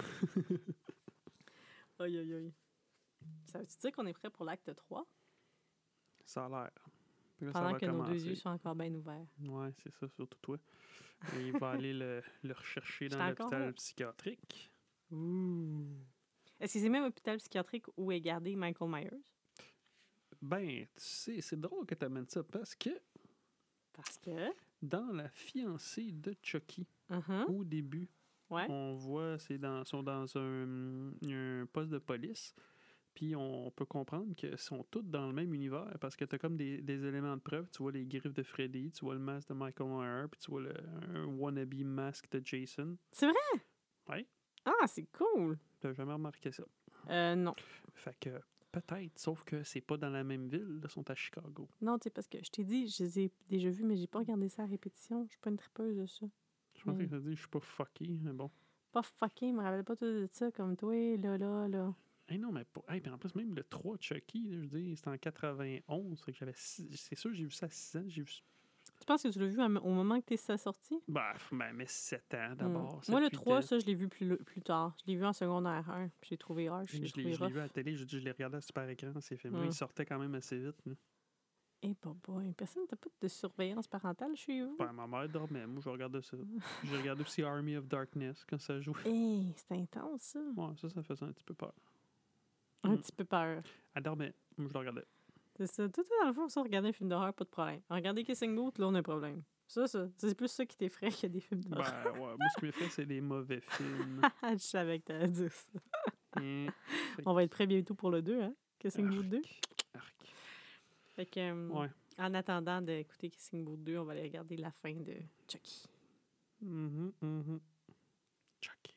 Aïe, aïe, aïe. Ça veut-tu dire qu'on est prêt pour l'acte trois? Ça a l'air. Puis là, ça Pendant va que nos deux commencer. yeux sont encore bien ouverts. Ouais, c'est ça, surtout toi. Et il va aller le, le rechercher dans J'étais encore l'hôpital là. psychiatrique. Ouh. Est-ce que c'est même hôpital psychiatrique où est gardé Michael Myers? Ben, tu sais, c'est drôle que tu amènes ça parce que Parce que... dans La fiancée de Chucky, Uh-huh. au début, Ouais. on voit, c'est dans, sont dans un, un poste de police, puis on peut comprendre qu'ils sont tous dans le même univers parce que tu as comme des, des éléments de preuve. Tu vois les griffes de Freddy, tu vois le masque de Michael Myers, puis tu vois le un wannabe masque de Jason. C'est vrai? Ouais. Ah, c'est cool! T'as jamais remarqué ça. Euh, non. Fait que peut-être, sauf que c'est pas dans la même ville, ils sont à Chicago. Non, tu sais, parce que je t'ai dit, je les ai déjà vus, mais j'ai pas regardé ça à répétition. Je suis pas une tripeuse de ça. Je pensais Mais- que ça dit je suis pas fucké, mais bon. Pas fucking, je me rappelle pas tout de ça comme toi, là, là, là. Hey non, mais pas. Hey, puis en plus, même le trois de Chucky, là, je veux dire, c'était en quatre-vingt-onze. Fait que j'avais six- c'est sûr, j'ai vu ça à six ans. J'ai vu. Tu penses que tu l'as vu am- au moment que t'es sa sortie? Bah, ben, mais sept ans d'abord. Hmm. Moi, le sept, huit trois, ans. ça, je l'ai vu plus, plus tard. Je l'ai vu en secondaire un, puis j'ai trouvé harsh, Je j'ai l'ai trouvé je l'ai rough. vu à la télé, je, je l'ai regardé à super écran, ces films-là. Mm. Ils sortaient quand même assez vite. là. Eh, bah, boy, personne n'a pas de surveillance parentale chez vous? Ben, ma mère dormait, moi je regardais ça. J'ai regardé aussi Army of Darkness quand ça jouait. Hé, c'est intense, ça. Ouais, ça, ça faisait un petit peu peur. Un Mm. petit peu peur. Elle dormait, moi je le regardais. C'est ça. Tout dans le fond, ça, regarder un film d'horreur, pas de problème. Regarder Kissing Booth, là, on a un problème. Ça, ça, c'est plus ça qui t'effraie que des films Ben, d'horreur. ouais, moi ce qui m'effraie, c'est les mauvais films. Je savais que t'allais dire ça. Hein. Fait On va être prêt bientôt pour le deux, hein? Kissing Booth deux. Arc. Fait que, euh, Ouais. en attendant d'écouter Kissing Booth deux, on va aller regarder la fin de Chucky. Mhm, mhm. Chucky.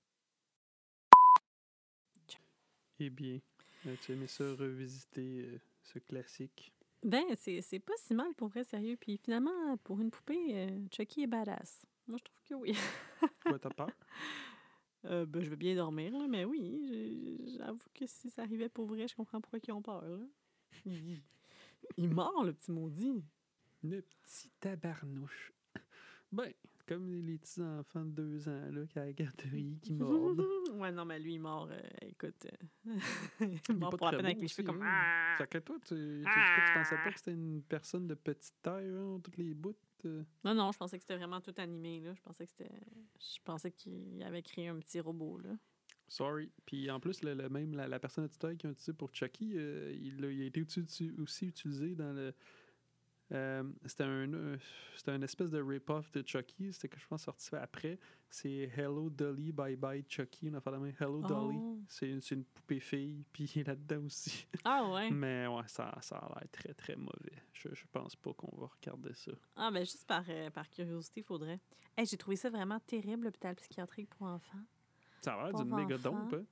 Eh bien, as-tu aimé ça revisiter euh, ce classique? Ben, c'est c'est pas si mal pour vrai, sérieux. Puis finalement, pour une poupée, euh, Chucky est badass. Moi, je trouve que oui. Quoi, t'as peur? Euh, ben, je veux bien dormir, là, mais oui, j'ai- j'avoue que si ça arrivait pour vrai, je comprends pourquoi ils ont peur. Là. Il, il mord, le petit maudit. Le petit tabarnouche. Ben, comme les petits enfants de deux ans là, qui à la garderie qui mordent. Ouais, non, mais lui, il mord, euh, écoute, euh, il Il est mord pas pour la très peine avec beau les cheveux aussi, comme... hein. Fait que toi, tu, tu, tu, tu pensais pas que c'était une personne de petite taille, hein, toutes les bouts? euh? Non, non, je pensais que c'était vraiment tout animé, là. Je pensais que c'était... Je pensais qu'il avait créé un petit robot, là. Sorry. Puis en plus, le, le même, la, la personne de petite taille qu'ils ont utilisée pour Chucky, euh, il, a, il a été aussi, aussi utilisé dans le... Euh, c'était un, euh, c'était une espèce de rip-off de Chucky. C'était que je pense sorti après. C'est Hello Dolly, Bye Bye Chucky. On a fait la même Hello Dolly. Oh. C'est une, c'est une poupée fille. Puis il est là-dedans aussi. Ah, ouais. Mais ouais, ça, ça a l'air très très mauvais. Je, je pense pas qu'on va regarder ça. Ah, ben juste par, euh, par curiosité, il faudrait. Hey, j'ai trouvé ça vraiment terrible, l'hôpital psychiatrique pour enfants. Ça a l'air Pauvre d'une méga enfant. dompe. Hein?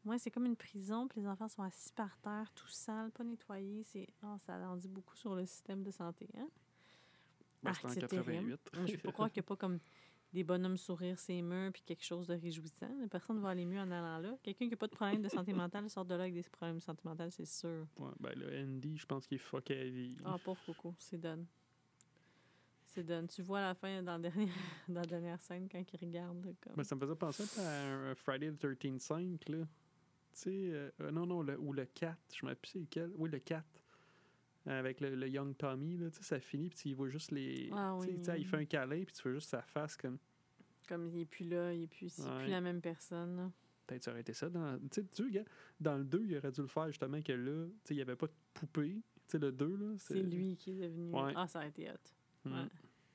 Ouais, c'est comme une prison, puis les enfants sont assis par terre, tout sales, pas nettoyés. C'est... Oh, ça en dit beaucoup sur le système de santé, hein? Ben, Ah, c'était en c'est terrible. quatre-vingt-huit. Je peux pas croire qu'il n'y a pas comme des bonhommes sourire ses murs puis quelque chose de réjouissant. Personne ne va aller mieux en allant là. Quelqu'un qui n'a pas de problème de santé mentale sort de là avec des problèmes de santé mentale, c'est sûr. Ouais, ben là, Andy, je pense qu'il est fucké à vie. Ah, pauvre Coco, c'est done. C'est done. Tu vois à la fin, dans la dernière, dans la dernière scène, quand il regarde. Là, comme... Ben, ça me faisait penser un peu à un Friday the thirteenth cinq, là. Tu sais, euh, euh, non, non, le, ou le quatre, je me rappelle plus c'est lequel. Oui, le quatre. Avec le, le Young Tommy, là, tu sais, ça finit, puis il voit juste les... Ah tu sais, oui. tu sais, il fait un câlin, puis tu vois juste sa face comme... Comme il n'est plus là, il n'est plus, c'est Ouais. plus la même personne. Là. Peut-être ça aurait été ça. Dans, tu sais, tu regardes, dans le deux, il aurait dû le faire, justement, que là, tu sais, il n'y avait pas de poupée. Tu sais, le deux, là, C'est lui qui est devenu... Ouais. Ah, ça aurait été hot. Mm. Ouais.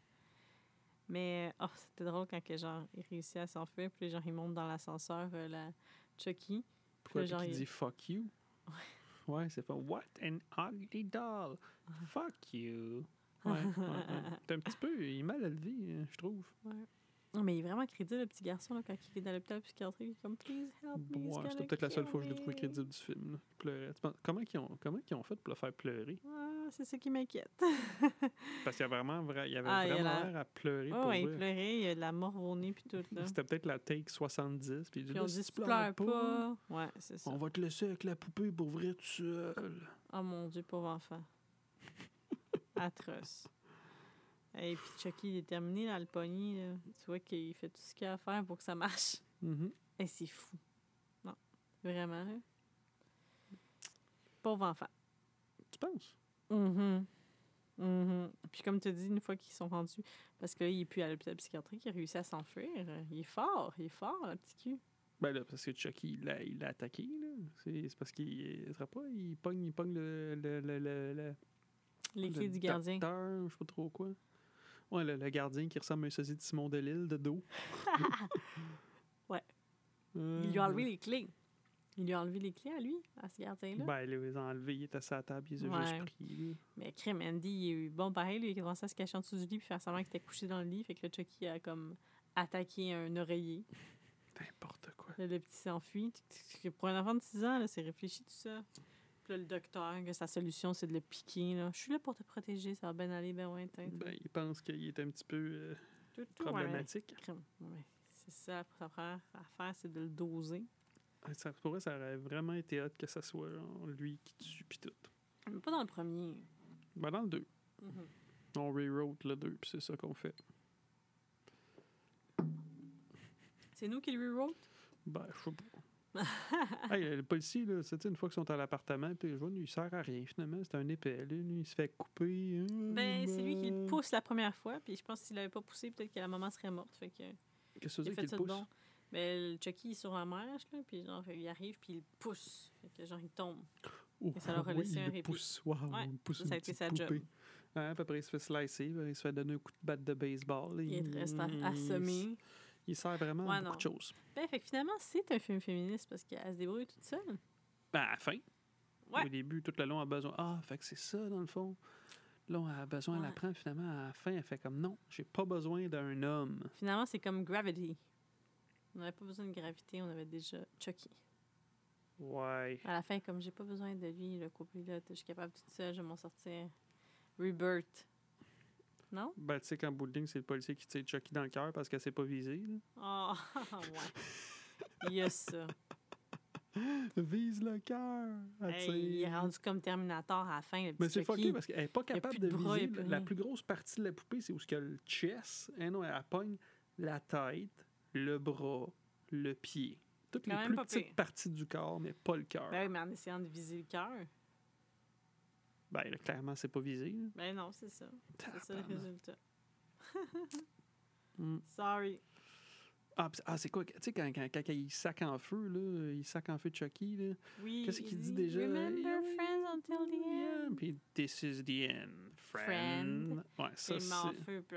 Mais, oh, c'était drôle quand que, genre, il réussit à s'enfuir, puis genre, il monte dans l'ascenseur, euh, la Chucky. Pourquoi là, genre, il il- dit « fuck you ». Ouais, c'est pas « what an ugly doll, fuck you ». Ouais, ouais, ouais. C'est un petit peu, il est mal élevé, euh, je trouve. Ouais. Non, mais il est vraiment crédible, le petit garçon, là, quand il est dans l'hôpital psychiatrique. Il est comme, please help me. he's Ouais, c'était gonna peut-être la seule kill fois que je l'ai trouvé me. crédible du film. Là. Il pleurait. Tu penses- Comment ils ont, comment ils ont fait pour le faire pleurer? Ah, c'est ça qui m'inquiète. Parce qu'il y avait vraiment, vra- il avait Ah, il a vraiment la- l'air à pleurer Oh, pour ouais, il vrai. pleurait, il a de la mort au nez, puis tout, là. C'était peut-être la take soixante-dix. Puis, il dit, Puis là, on si dit, tu tu pleures pas. Ouais, c'est ça. on va te laisser avec la poupée pour vrai tout seul. Oh mon Dieu, pauvre enfant. Atroce. Et puis Chucky est déterminé dans le pogny, là. Tu vois qu'il fait tout ce qu'il a à faire pour que ça marche. Mhm. Et c'est fou. Non, vraiment. Là. Pauvre enfant. Tu penses? Mhm. Mhm. Puis comme tu as dit, une fois qu'ils sont rendus, parce que là, il n'est plus à l'hôpital psychiatrique, il a réussi à s'enfuir. Il est fort, il est fort, le petit cul. Ben là, parce que Chucky, il l'a, il l'a attaqué, là. C'est, c'est parce qu'il il sera pas, il pogne, il pogne le, le, le, le, le- Les le clés du gardien. docteur, je sais pas trop quoi. Ouais, le, le gardien qui ressemble à un sosie de Simon Delille de dos. Ouais. Euh, Il lui a enlevé les clés. Il lui a enlevé les clés à lui, à ce gardien-là. Ben, là, ils les ont enlevés, il était à sa table, ils les ont Ouais. juste pris. Là. Mais crème, Andy, il est bon pareil, lui, il a commencé à se cacher en dessous du lit puis faire semblant qu'il était couché dans le lit. Fait que le Chucky a comme attaqué un oreiller. N'importe quoi. Là, le petit s'enfuit. Pour un enfant de six ans, là, c'est réfléchi tout ça. Puis là, le docteur, que sa solution, c'est de le piquer. Là. Je suis là pour te protéger, ça va bien aller, ben ouais, t'in, Ben, il pense qu'il est un petit peu euh, tout, tout, problématique. Ouais, crème. Ouais. C'est ça, sa première affaire, c'est de le doser. Ouais, ça, pour vrai, ça aurait vraiment été hot que ça soit genre, lui qui tue, pis tout. Mais pas dans le premier. Ben, dans le deux. Mhm. On rewrote le deux, puis c'est ça qu'on fait. C'est nous qui le rewrote? Ben, je sais pas. Hey, le policier, là, c'est une fois qu'ils sont à l'appartement, puis je vois, lui, il sert à rien, finalement. C'est un épais, là. Lui, il se fait couper. hein, Ben, c'est lui qui le ben. pousse la première fois, puis je pense que s'il l'avait pas poussé, peut-être que la maman serait morte. Fait que Qu'est-ce que il ça a veut fait dire ça qu'il de pousse? bon. Ben, le Chucky est sur la marche, là, puis genre, il arrive, puis il le pousse. Fait que genre, il tombe. Oh, Et ça leur a oui, laissé il un le répit. pousse. Wow, Ouais, il pousse ça, une ça a été petite sa job. poupée. Hein, à peu près, il se fait slicer, ben, il se fait donner un coup de batte de baseball. là, Il reste à- il- assommé. Il sert vraiment Ouais, à beaucoup non. de choses. Ben, fait que finalement, c'est un film féministe parce qu'elle se débrouille toute seule. Ben, à la fin. Ouais. Au début, tout le long, elle a besoin. Ah, fait que c'est ça, dans le fond. Là, elle a besoin, elle Ouais. apprend. Finalement, à la fin, elle fait comme non, j'ai pas besoin d'un homme. Finalement, c'est comme Gravity. On n'avait pas besoin de gravité, on avait déjà Chucky. Ouais. À la fin, comme j'ai pas besoin de lui, le couple là, je suis capable toute seule, je vais m'en sortir. Rebirth. Non? Ben, tu sais, qu'en bout de ligne, c'est le policier qui tire Chucky dans le cœur parce qu'elle s'est pas visée. là. Oh, ouais. Il y a ça. Vise le cœur. elle Hey, tire. il est rendu comme Terminator à la fin, le petit Mais c'est Chucky. fucké parce qu'elle est pas Il y a capable plus de de bras, il y viser. a plus La rien. plus grosse partie de la poupée, c'est où ce que le chest. Hein, non, elle pogne la tête, le bras, le pied. Toutes Quand les même plus pas petites pire. parties du corps, mais pas le cœur. Ben oui, mais en essayant de viser le cœur. Ben, là, clairement, c'est pas visé. là. Ben non, c'est ça. C'est ça le Tabarnak. résultat. Mm. Sorry. Ah, pis- ah, c'est quoi? Tu sais, quand, quand, quand il sac en feu, là, il sac en feu Chucky, là. Oui. Qu'est-ce qu'il il dit déjà? Remember Yeah, friends until the yeah. end. Puis, this is the end, friend. Friend. Ouais, ça, C'est mort c'est. feu. puis-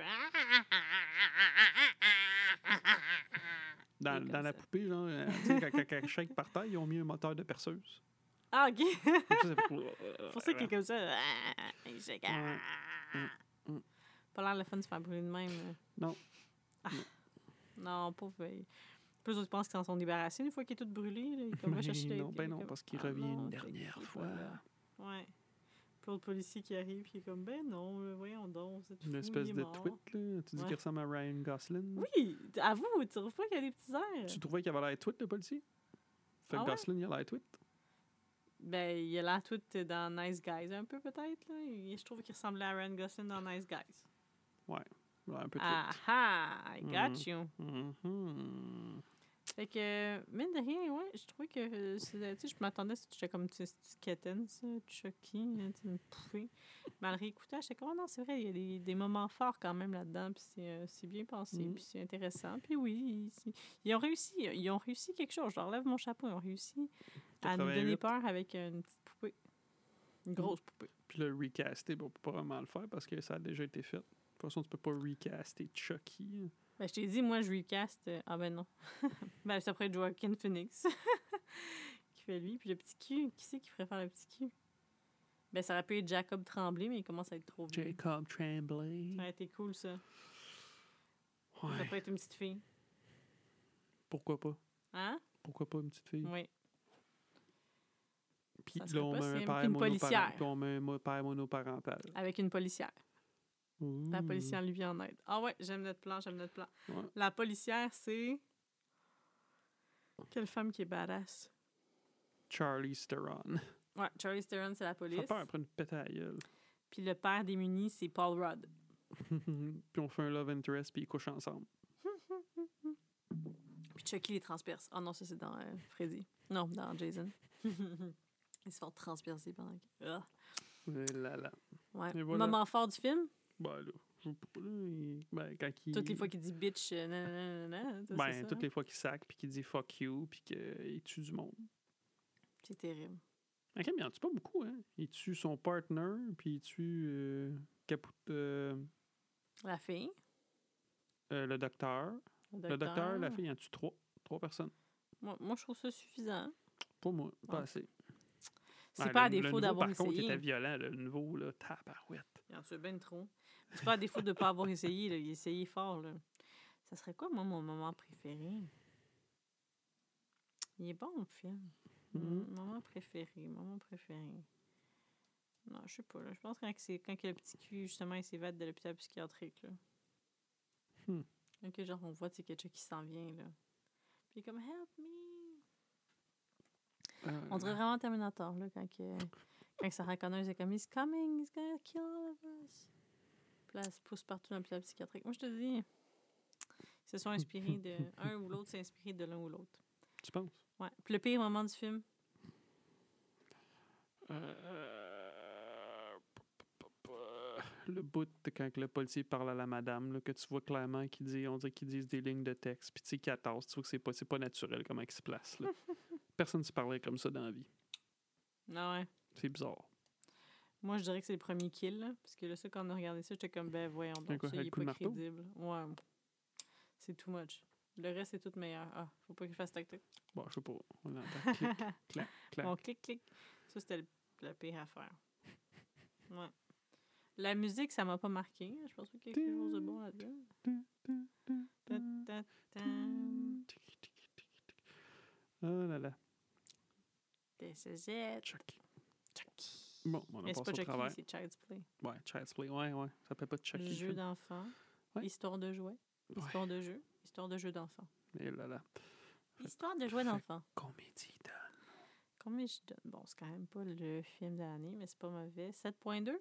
Dans, comme dans la ça. poupée, genre, euh, tu sais, quand, quand, quand elle shake par terre, ils ont mis un moteur de perceuse. Ah, OK. Comme ça, ça fait- C'est pour ça qu'il est comme ça. Il shake. Ouais. Mm, mm. Pas l'air le fun de se faire brûler de même. là. Non. Ah. Non, pauvre. Plus autres pensent qu'ils s'en sont débarrassés une fois qu'il est tout brûlé. Là. Il comme, va Mais chercher non, les- ben non, comme, parce qu'il ah revient non, une fait dernière qu'il est fois. pas là. Ouais. Puis l'autre policier qui arrive, puis il est comme, ben non, là, voyons donc, vous êtes fous, Une il espèce est de mort. tweet, là. Tu dis Ouais. qu'il ressemble à Ryan Gosling. Oui, avoue, tu trouves pas qu'il y a des petits airs? Tu trouvais qu'il avait l'air tweet, le policier? Fait que Ah ouais? Gosling, il a l'air tweet. Ben, il a l'air tout dans Nice Guys, un peu peut-être. Là. Et je trouve qu'il ressemblait à Ryan Gosling dans Nice Guys. Ouais, il a l'air un peu tweet. Ah ah, I got Mm. you. Mhm. Fait que, mine de rien, ouais, je trouvais que, euh, c'est- tu sais, je m'attendais à ce que j'étais comme, tu sais, c'est quétaine, ça, Chucky, là, tu sais, une poupée. Mais en le réécoutant, j'étais comme, oh non, c'est vrai, il y a des, des moments forts quand même là-dedans, puis c'est, euh, c'est bien pensé, Mm. puis c'est intéressant. Puis oui, ils, c'est- ils ont réussi, ils ont réussi quelque chose, je leur lève mon chapeau, ils ont réussi à nous donner quatre-vingt-huit. peur avec une petite poupée. Une grosse poupée. Puis le recaster, bon, on peut pas vraiment le faire parce que ça a déjà été fait. De toute façon, tu peux pas recaster Chucky. Ben, je t'ai dit, moi, je recast. euh, Ah ben non. Ben, ça pourrait être Joaquin Phoenix qui fait lui. Puis le petit cul, qui c'est qui ferait faire le petit cul? Ben, ça aurait pu être Jacob Tremblay, mais il commence à être trop vieux. Jacob Tremblay. Ça aurait été cool, ça. Ça Ouais. pourrait être une petite fille. Pourquoi pas? Hein? Pourquoi pas une petite fille? Oui. Puis Ça là, serait on met possible. un Puis père une monoparent- policière. Puis on met un mo- père monoparental. Avec une policière. La Ouh. policière lui vient en aide. Ah ouais, j'aime notre plan, j'aime notre plan. Ouais. La policière, c'est... Quelle femme qui est badass. Charlie Theron. Ouais, Charlie Theron, c'est la Ça police. fait peur après une pète à la gueule. Puis le père démuni, c'est Paul Rudd. Puis on fait un love interest puis ils couchent ensemble. Puis Chucky les transperce. Ah non, ça c'est dans euh, Freddy. Non, dans Jason. Ils se font transpercer pendant que... Ah. Et là là. Ouais. Et voilà. Moment fort du film. Ben là, je sais pas, là, il- ben, quand il... Toutes les fois qu'il dit bitch, euh, nanana, ça, c'est Ben, ça, toutes hein? les fois qu'il sac puis qu'il dit fuck you puis qu'il tue du monde. C'est terrible. Ok, mais il en tue pas beaucoup, hein. Il tue son partner puis il tue euh, Caput- euh, La fille. euh, le docteur. Le Le docteur, la fille, il en tue trois. Trois personnes. Moi, moi, je trouve ça suffisant. Pas moi, pas Ah. assez. C'est Ouais, pas à le- le défaut nouveau, d'avoir par contre, il essayé. était violent, le nouveau, là, tabarouette. Il en tue bien trop. C'est pas à défaut de pas avoir essayé. Là. Il a essayé fort. Là. Ça serait quoi, moi, mon moment préféré? Il est bon, le film. Mhm. Mon Moment préféré. Moment préféré. Non, je sais pas. Là. Je pense que quand, c'est, quand que le petit cul, justement, il s'évade de l'hôpital psychiatrique. Là. Hmm. Quand que, genre, on voit quelque chose qui s'en vient. Là. Puis il est comme, help me. Euh, On dirait vraiment Terminator, là, quand, que, quand Sarah Connor est comme, he's coming, he's gonna kill all of us. Puis là, elle se pousse partout dans l'hôpital psychiatrique. Moi, je te dis, ils se sont inspirés de. Un ou l'autre s'est inspiré de l'un ou l'autre. Tu penses? Ouais. Puis le pire moment du film, Euh, Le bout de quand le policier parle à la madame, là, que tu vois clairement qu'il dit, on dirait qu'ils disent des lignes de texte, puis tu sais qu'il tasse, tu vois que c'est pas, c'est pas naturel comment il se place. Là. Personne ne se parlait comme ça dans la vie. ah ouais. C'est bizarre. Moi, je dirais que c'est le premier kill, là, parce que là, ça, quand on a regardé ça, j'étais comme, ben voyons donc, quoi, ça, il avec est le coup de pas marteau? crédible. Ouais. C'est too much. Le reste, c'est tout meilleur. Ah, faut pas qu'il fasse tac-tac. Bon, je sais pas. On l'entend. Clic, clac, clac. Bon, clic, clic. Ça, c'était le, la pire affaire. Ouais. La musique, ça m'a pas marqué. Je pense pas qu'il y a quelque chose de bon là-dedans. Ta, ta, ta. Oh là là. This is it. Chucky. Chucky. Bon, on a Mais c'est passé pas au travail. Chucky, c'est Child's Play. Ouais, Child's Play. Ouais, ouais. Ça s'appelle pas Chucky. le Jeu film. d'enfant. Ouais. Histoire de jouet. Ouais. Histoire de jeu. Histoire de jeu d'enfant. Et là là. Histoire de jouet d'enfant. Comédie de... Combien je donne? Bon, c'est quand même pas le film de l'année, mais c'est pas mauvais. sept virgule deux?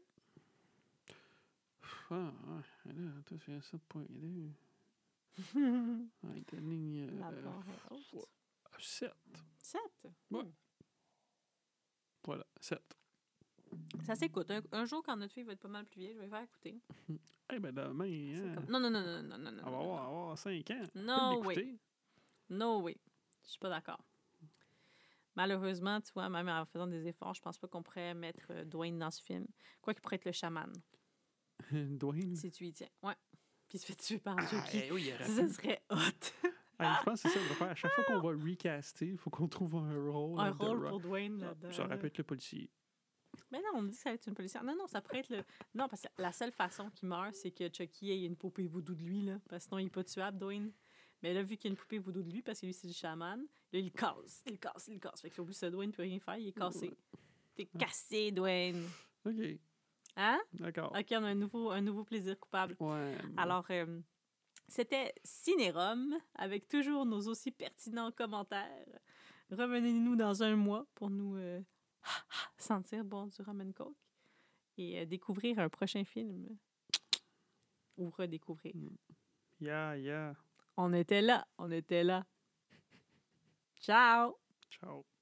Ah, ouais. Là, toi, c'est sept point deux. Ouais, t'as une ligne... La Euh, barre est haute. sept. sept? Ouais. Voilà, sept. Ça s'écoute. Un, un jour, quand notre fille va être pas mal plus vieille, je vais faire écouter. Eh ben demain, C'est hein, comme- Non, non, non, non, non, non, non. on va non, avoir, non. avoir cinq ans. No On peut way. l'écouter. No way. Je suis pas d'accord. Malheureusement, tu vois, même en faisant des efforts, je pense pas qu'on pourrait mettre euh, Dwayne dans ce film. Quoi qu'il pourrait être le chaman, Dwayne. si tu y tiens. Ouais. Puis il se fait tuer par Ah, Chucky. eh oui, il aurait Ça pu. serait hot. Ah, je pense que c'est ça qu'on va faire. À chaque fois qu'on va recaster, il faut qu'on trouve un rôle. Un de rôle Rock. pour Dwayne Ah, là-dedans. ça aurait là. pu être le policier. Mais non, on me dit que ça va être une policière. Non, non, ça pourrait être le. Non, parce que la seule façon qu'il meurt, c'est que Chucky ait une poupée voodoo de lui, là. Parce que sinon, il est pas tuable, Dwayne. Mais là, vu qu'il y a une poupée voodoo de lui, parce que lui, c'est le chaman, là, il le casse, il le casse, il le casse. Fait que là, au bout, ce Dwayne ne peut rien faire, il est cassé. T'es cassé, Dwayne. OK. Hein? D'accord. OK, on a un nouveau, un nouveau plaisir coupable. Ouais. Bon. Alors, euh, c'était Cinérum, avec toujours nos aussi pertinents commentaires. Revenez-nous dans un mois pour nous euh, sentir bon du rum and coke et euh, découvrir un prochain film. Ou redécouvrir. Yeah, yeah. On était là, on était là. Ciao! Ciao.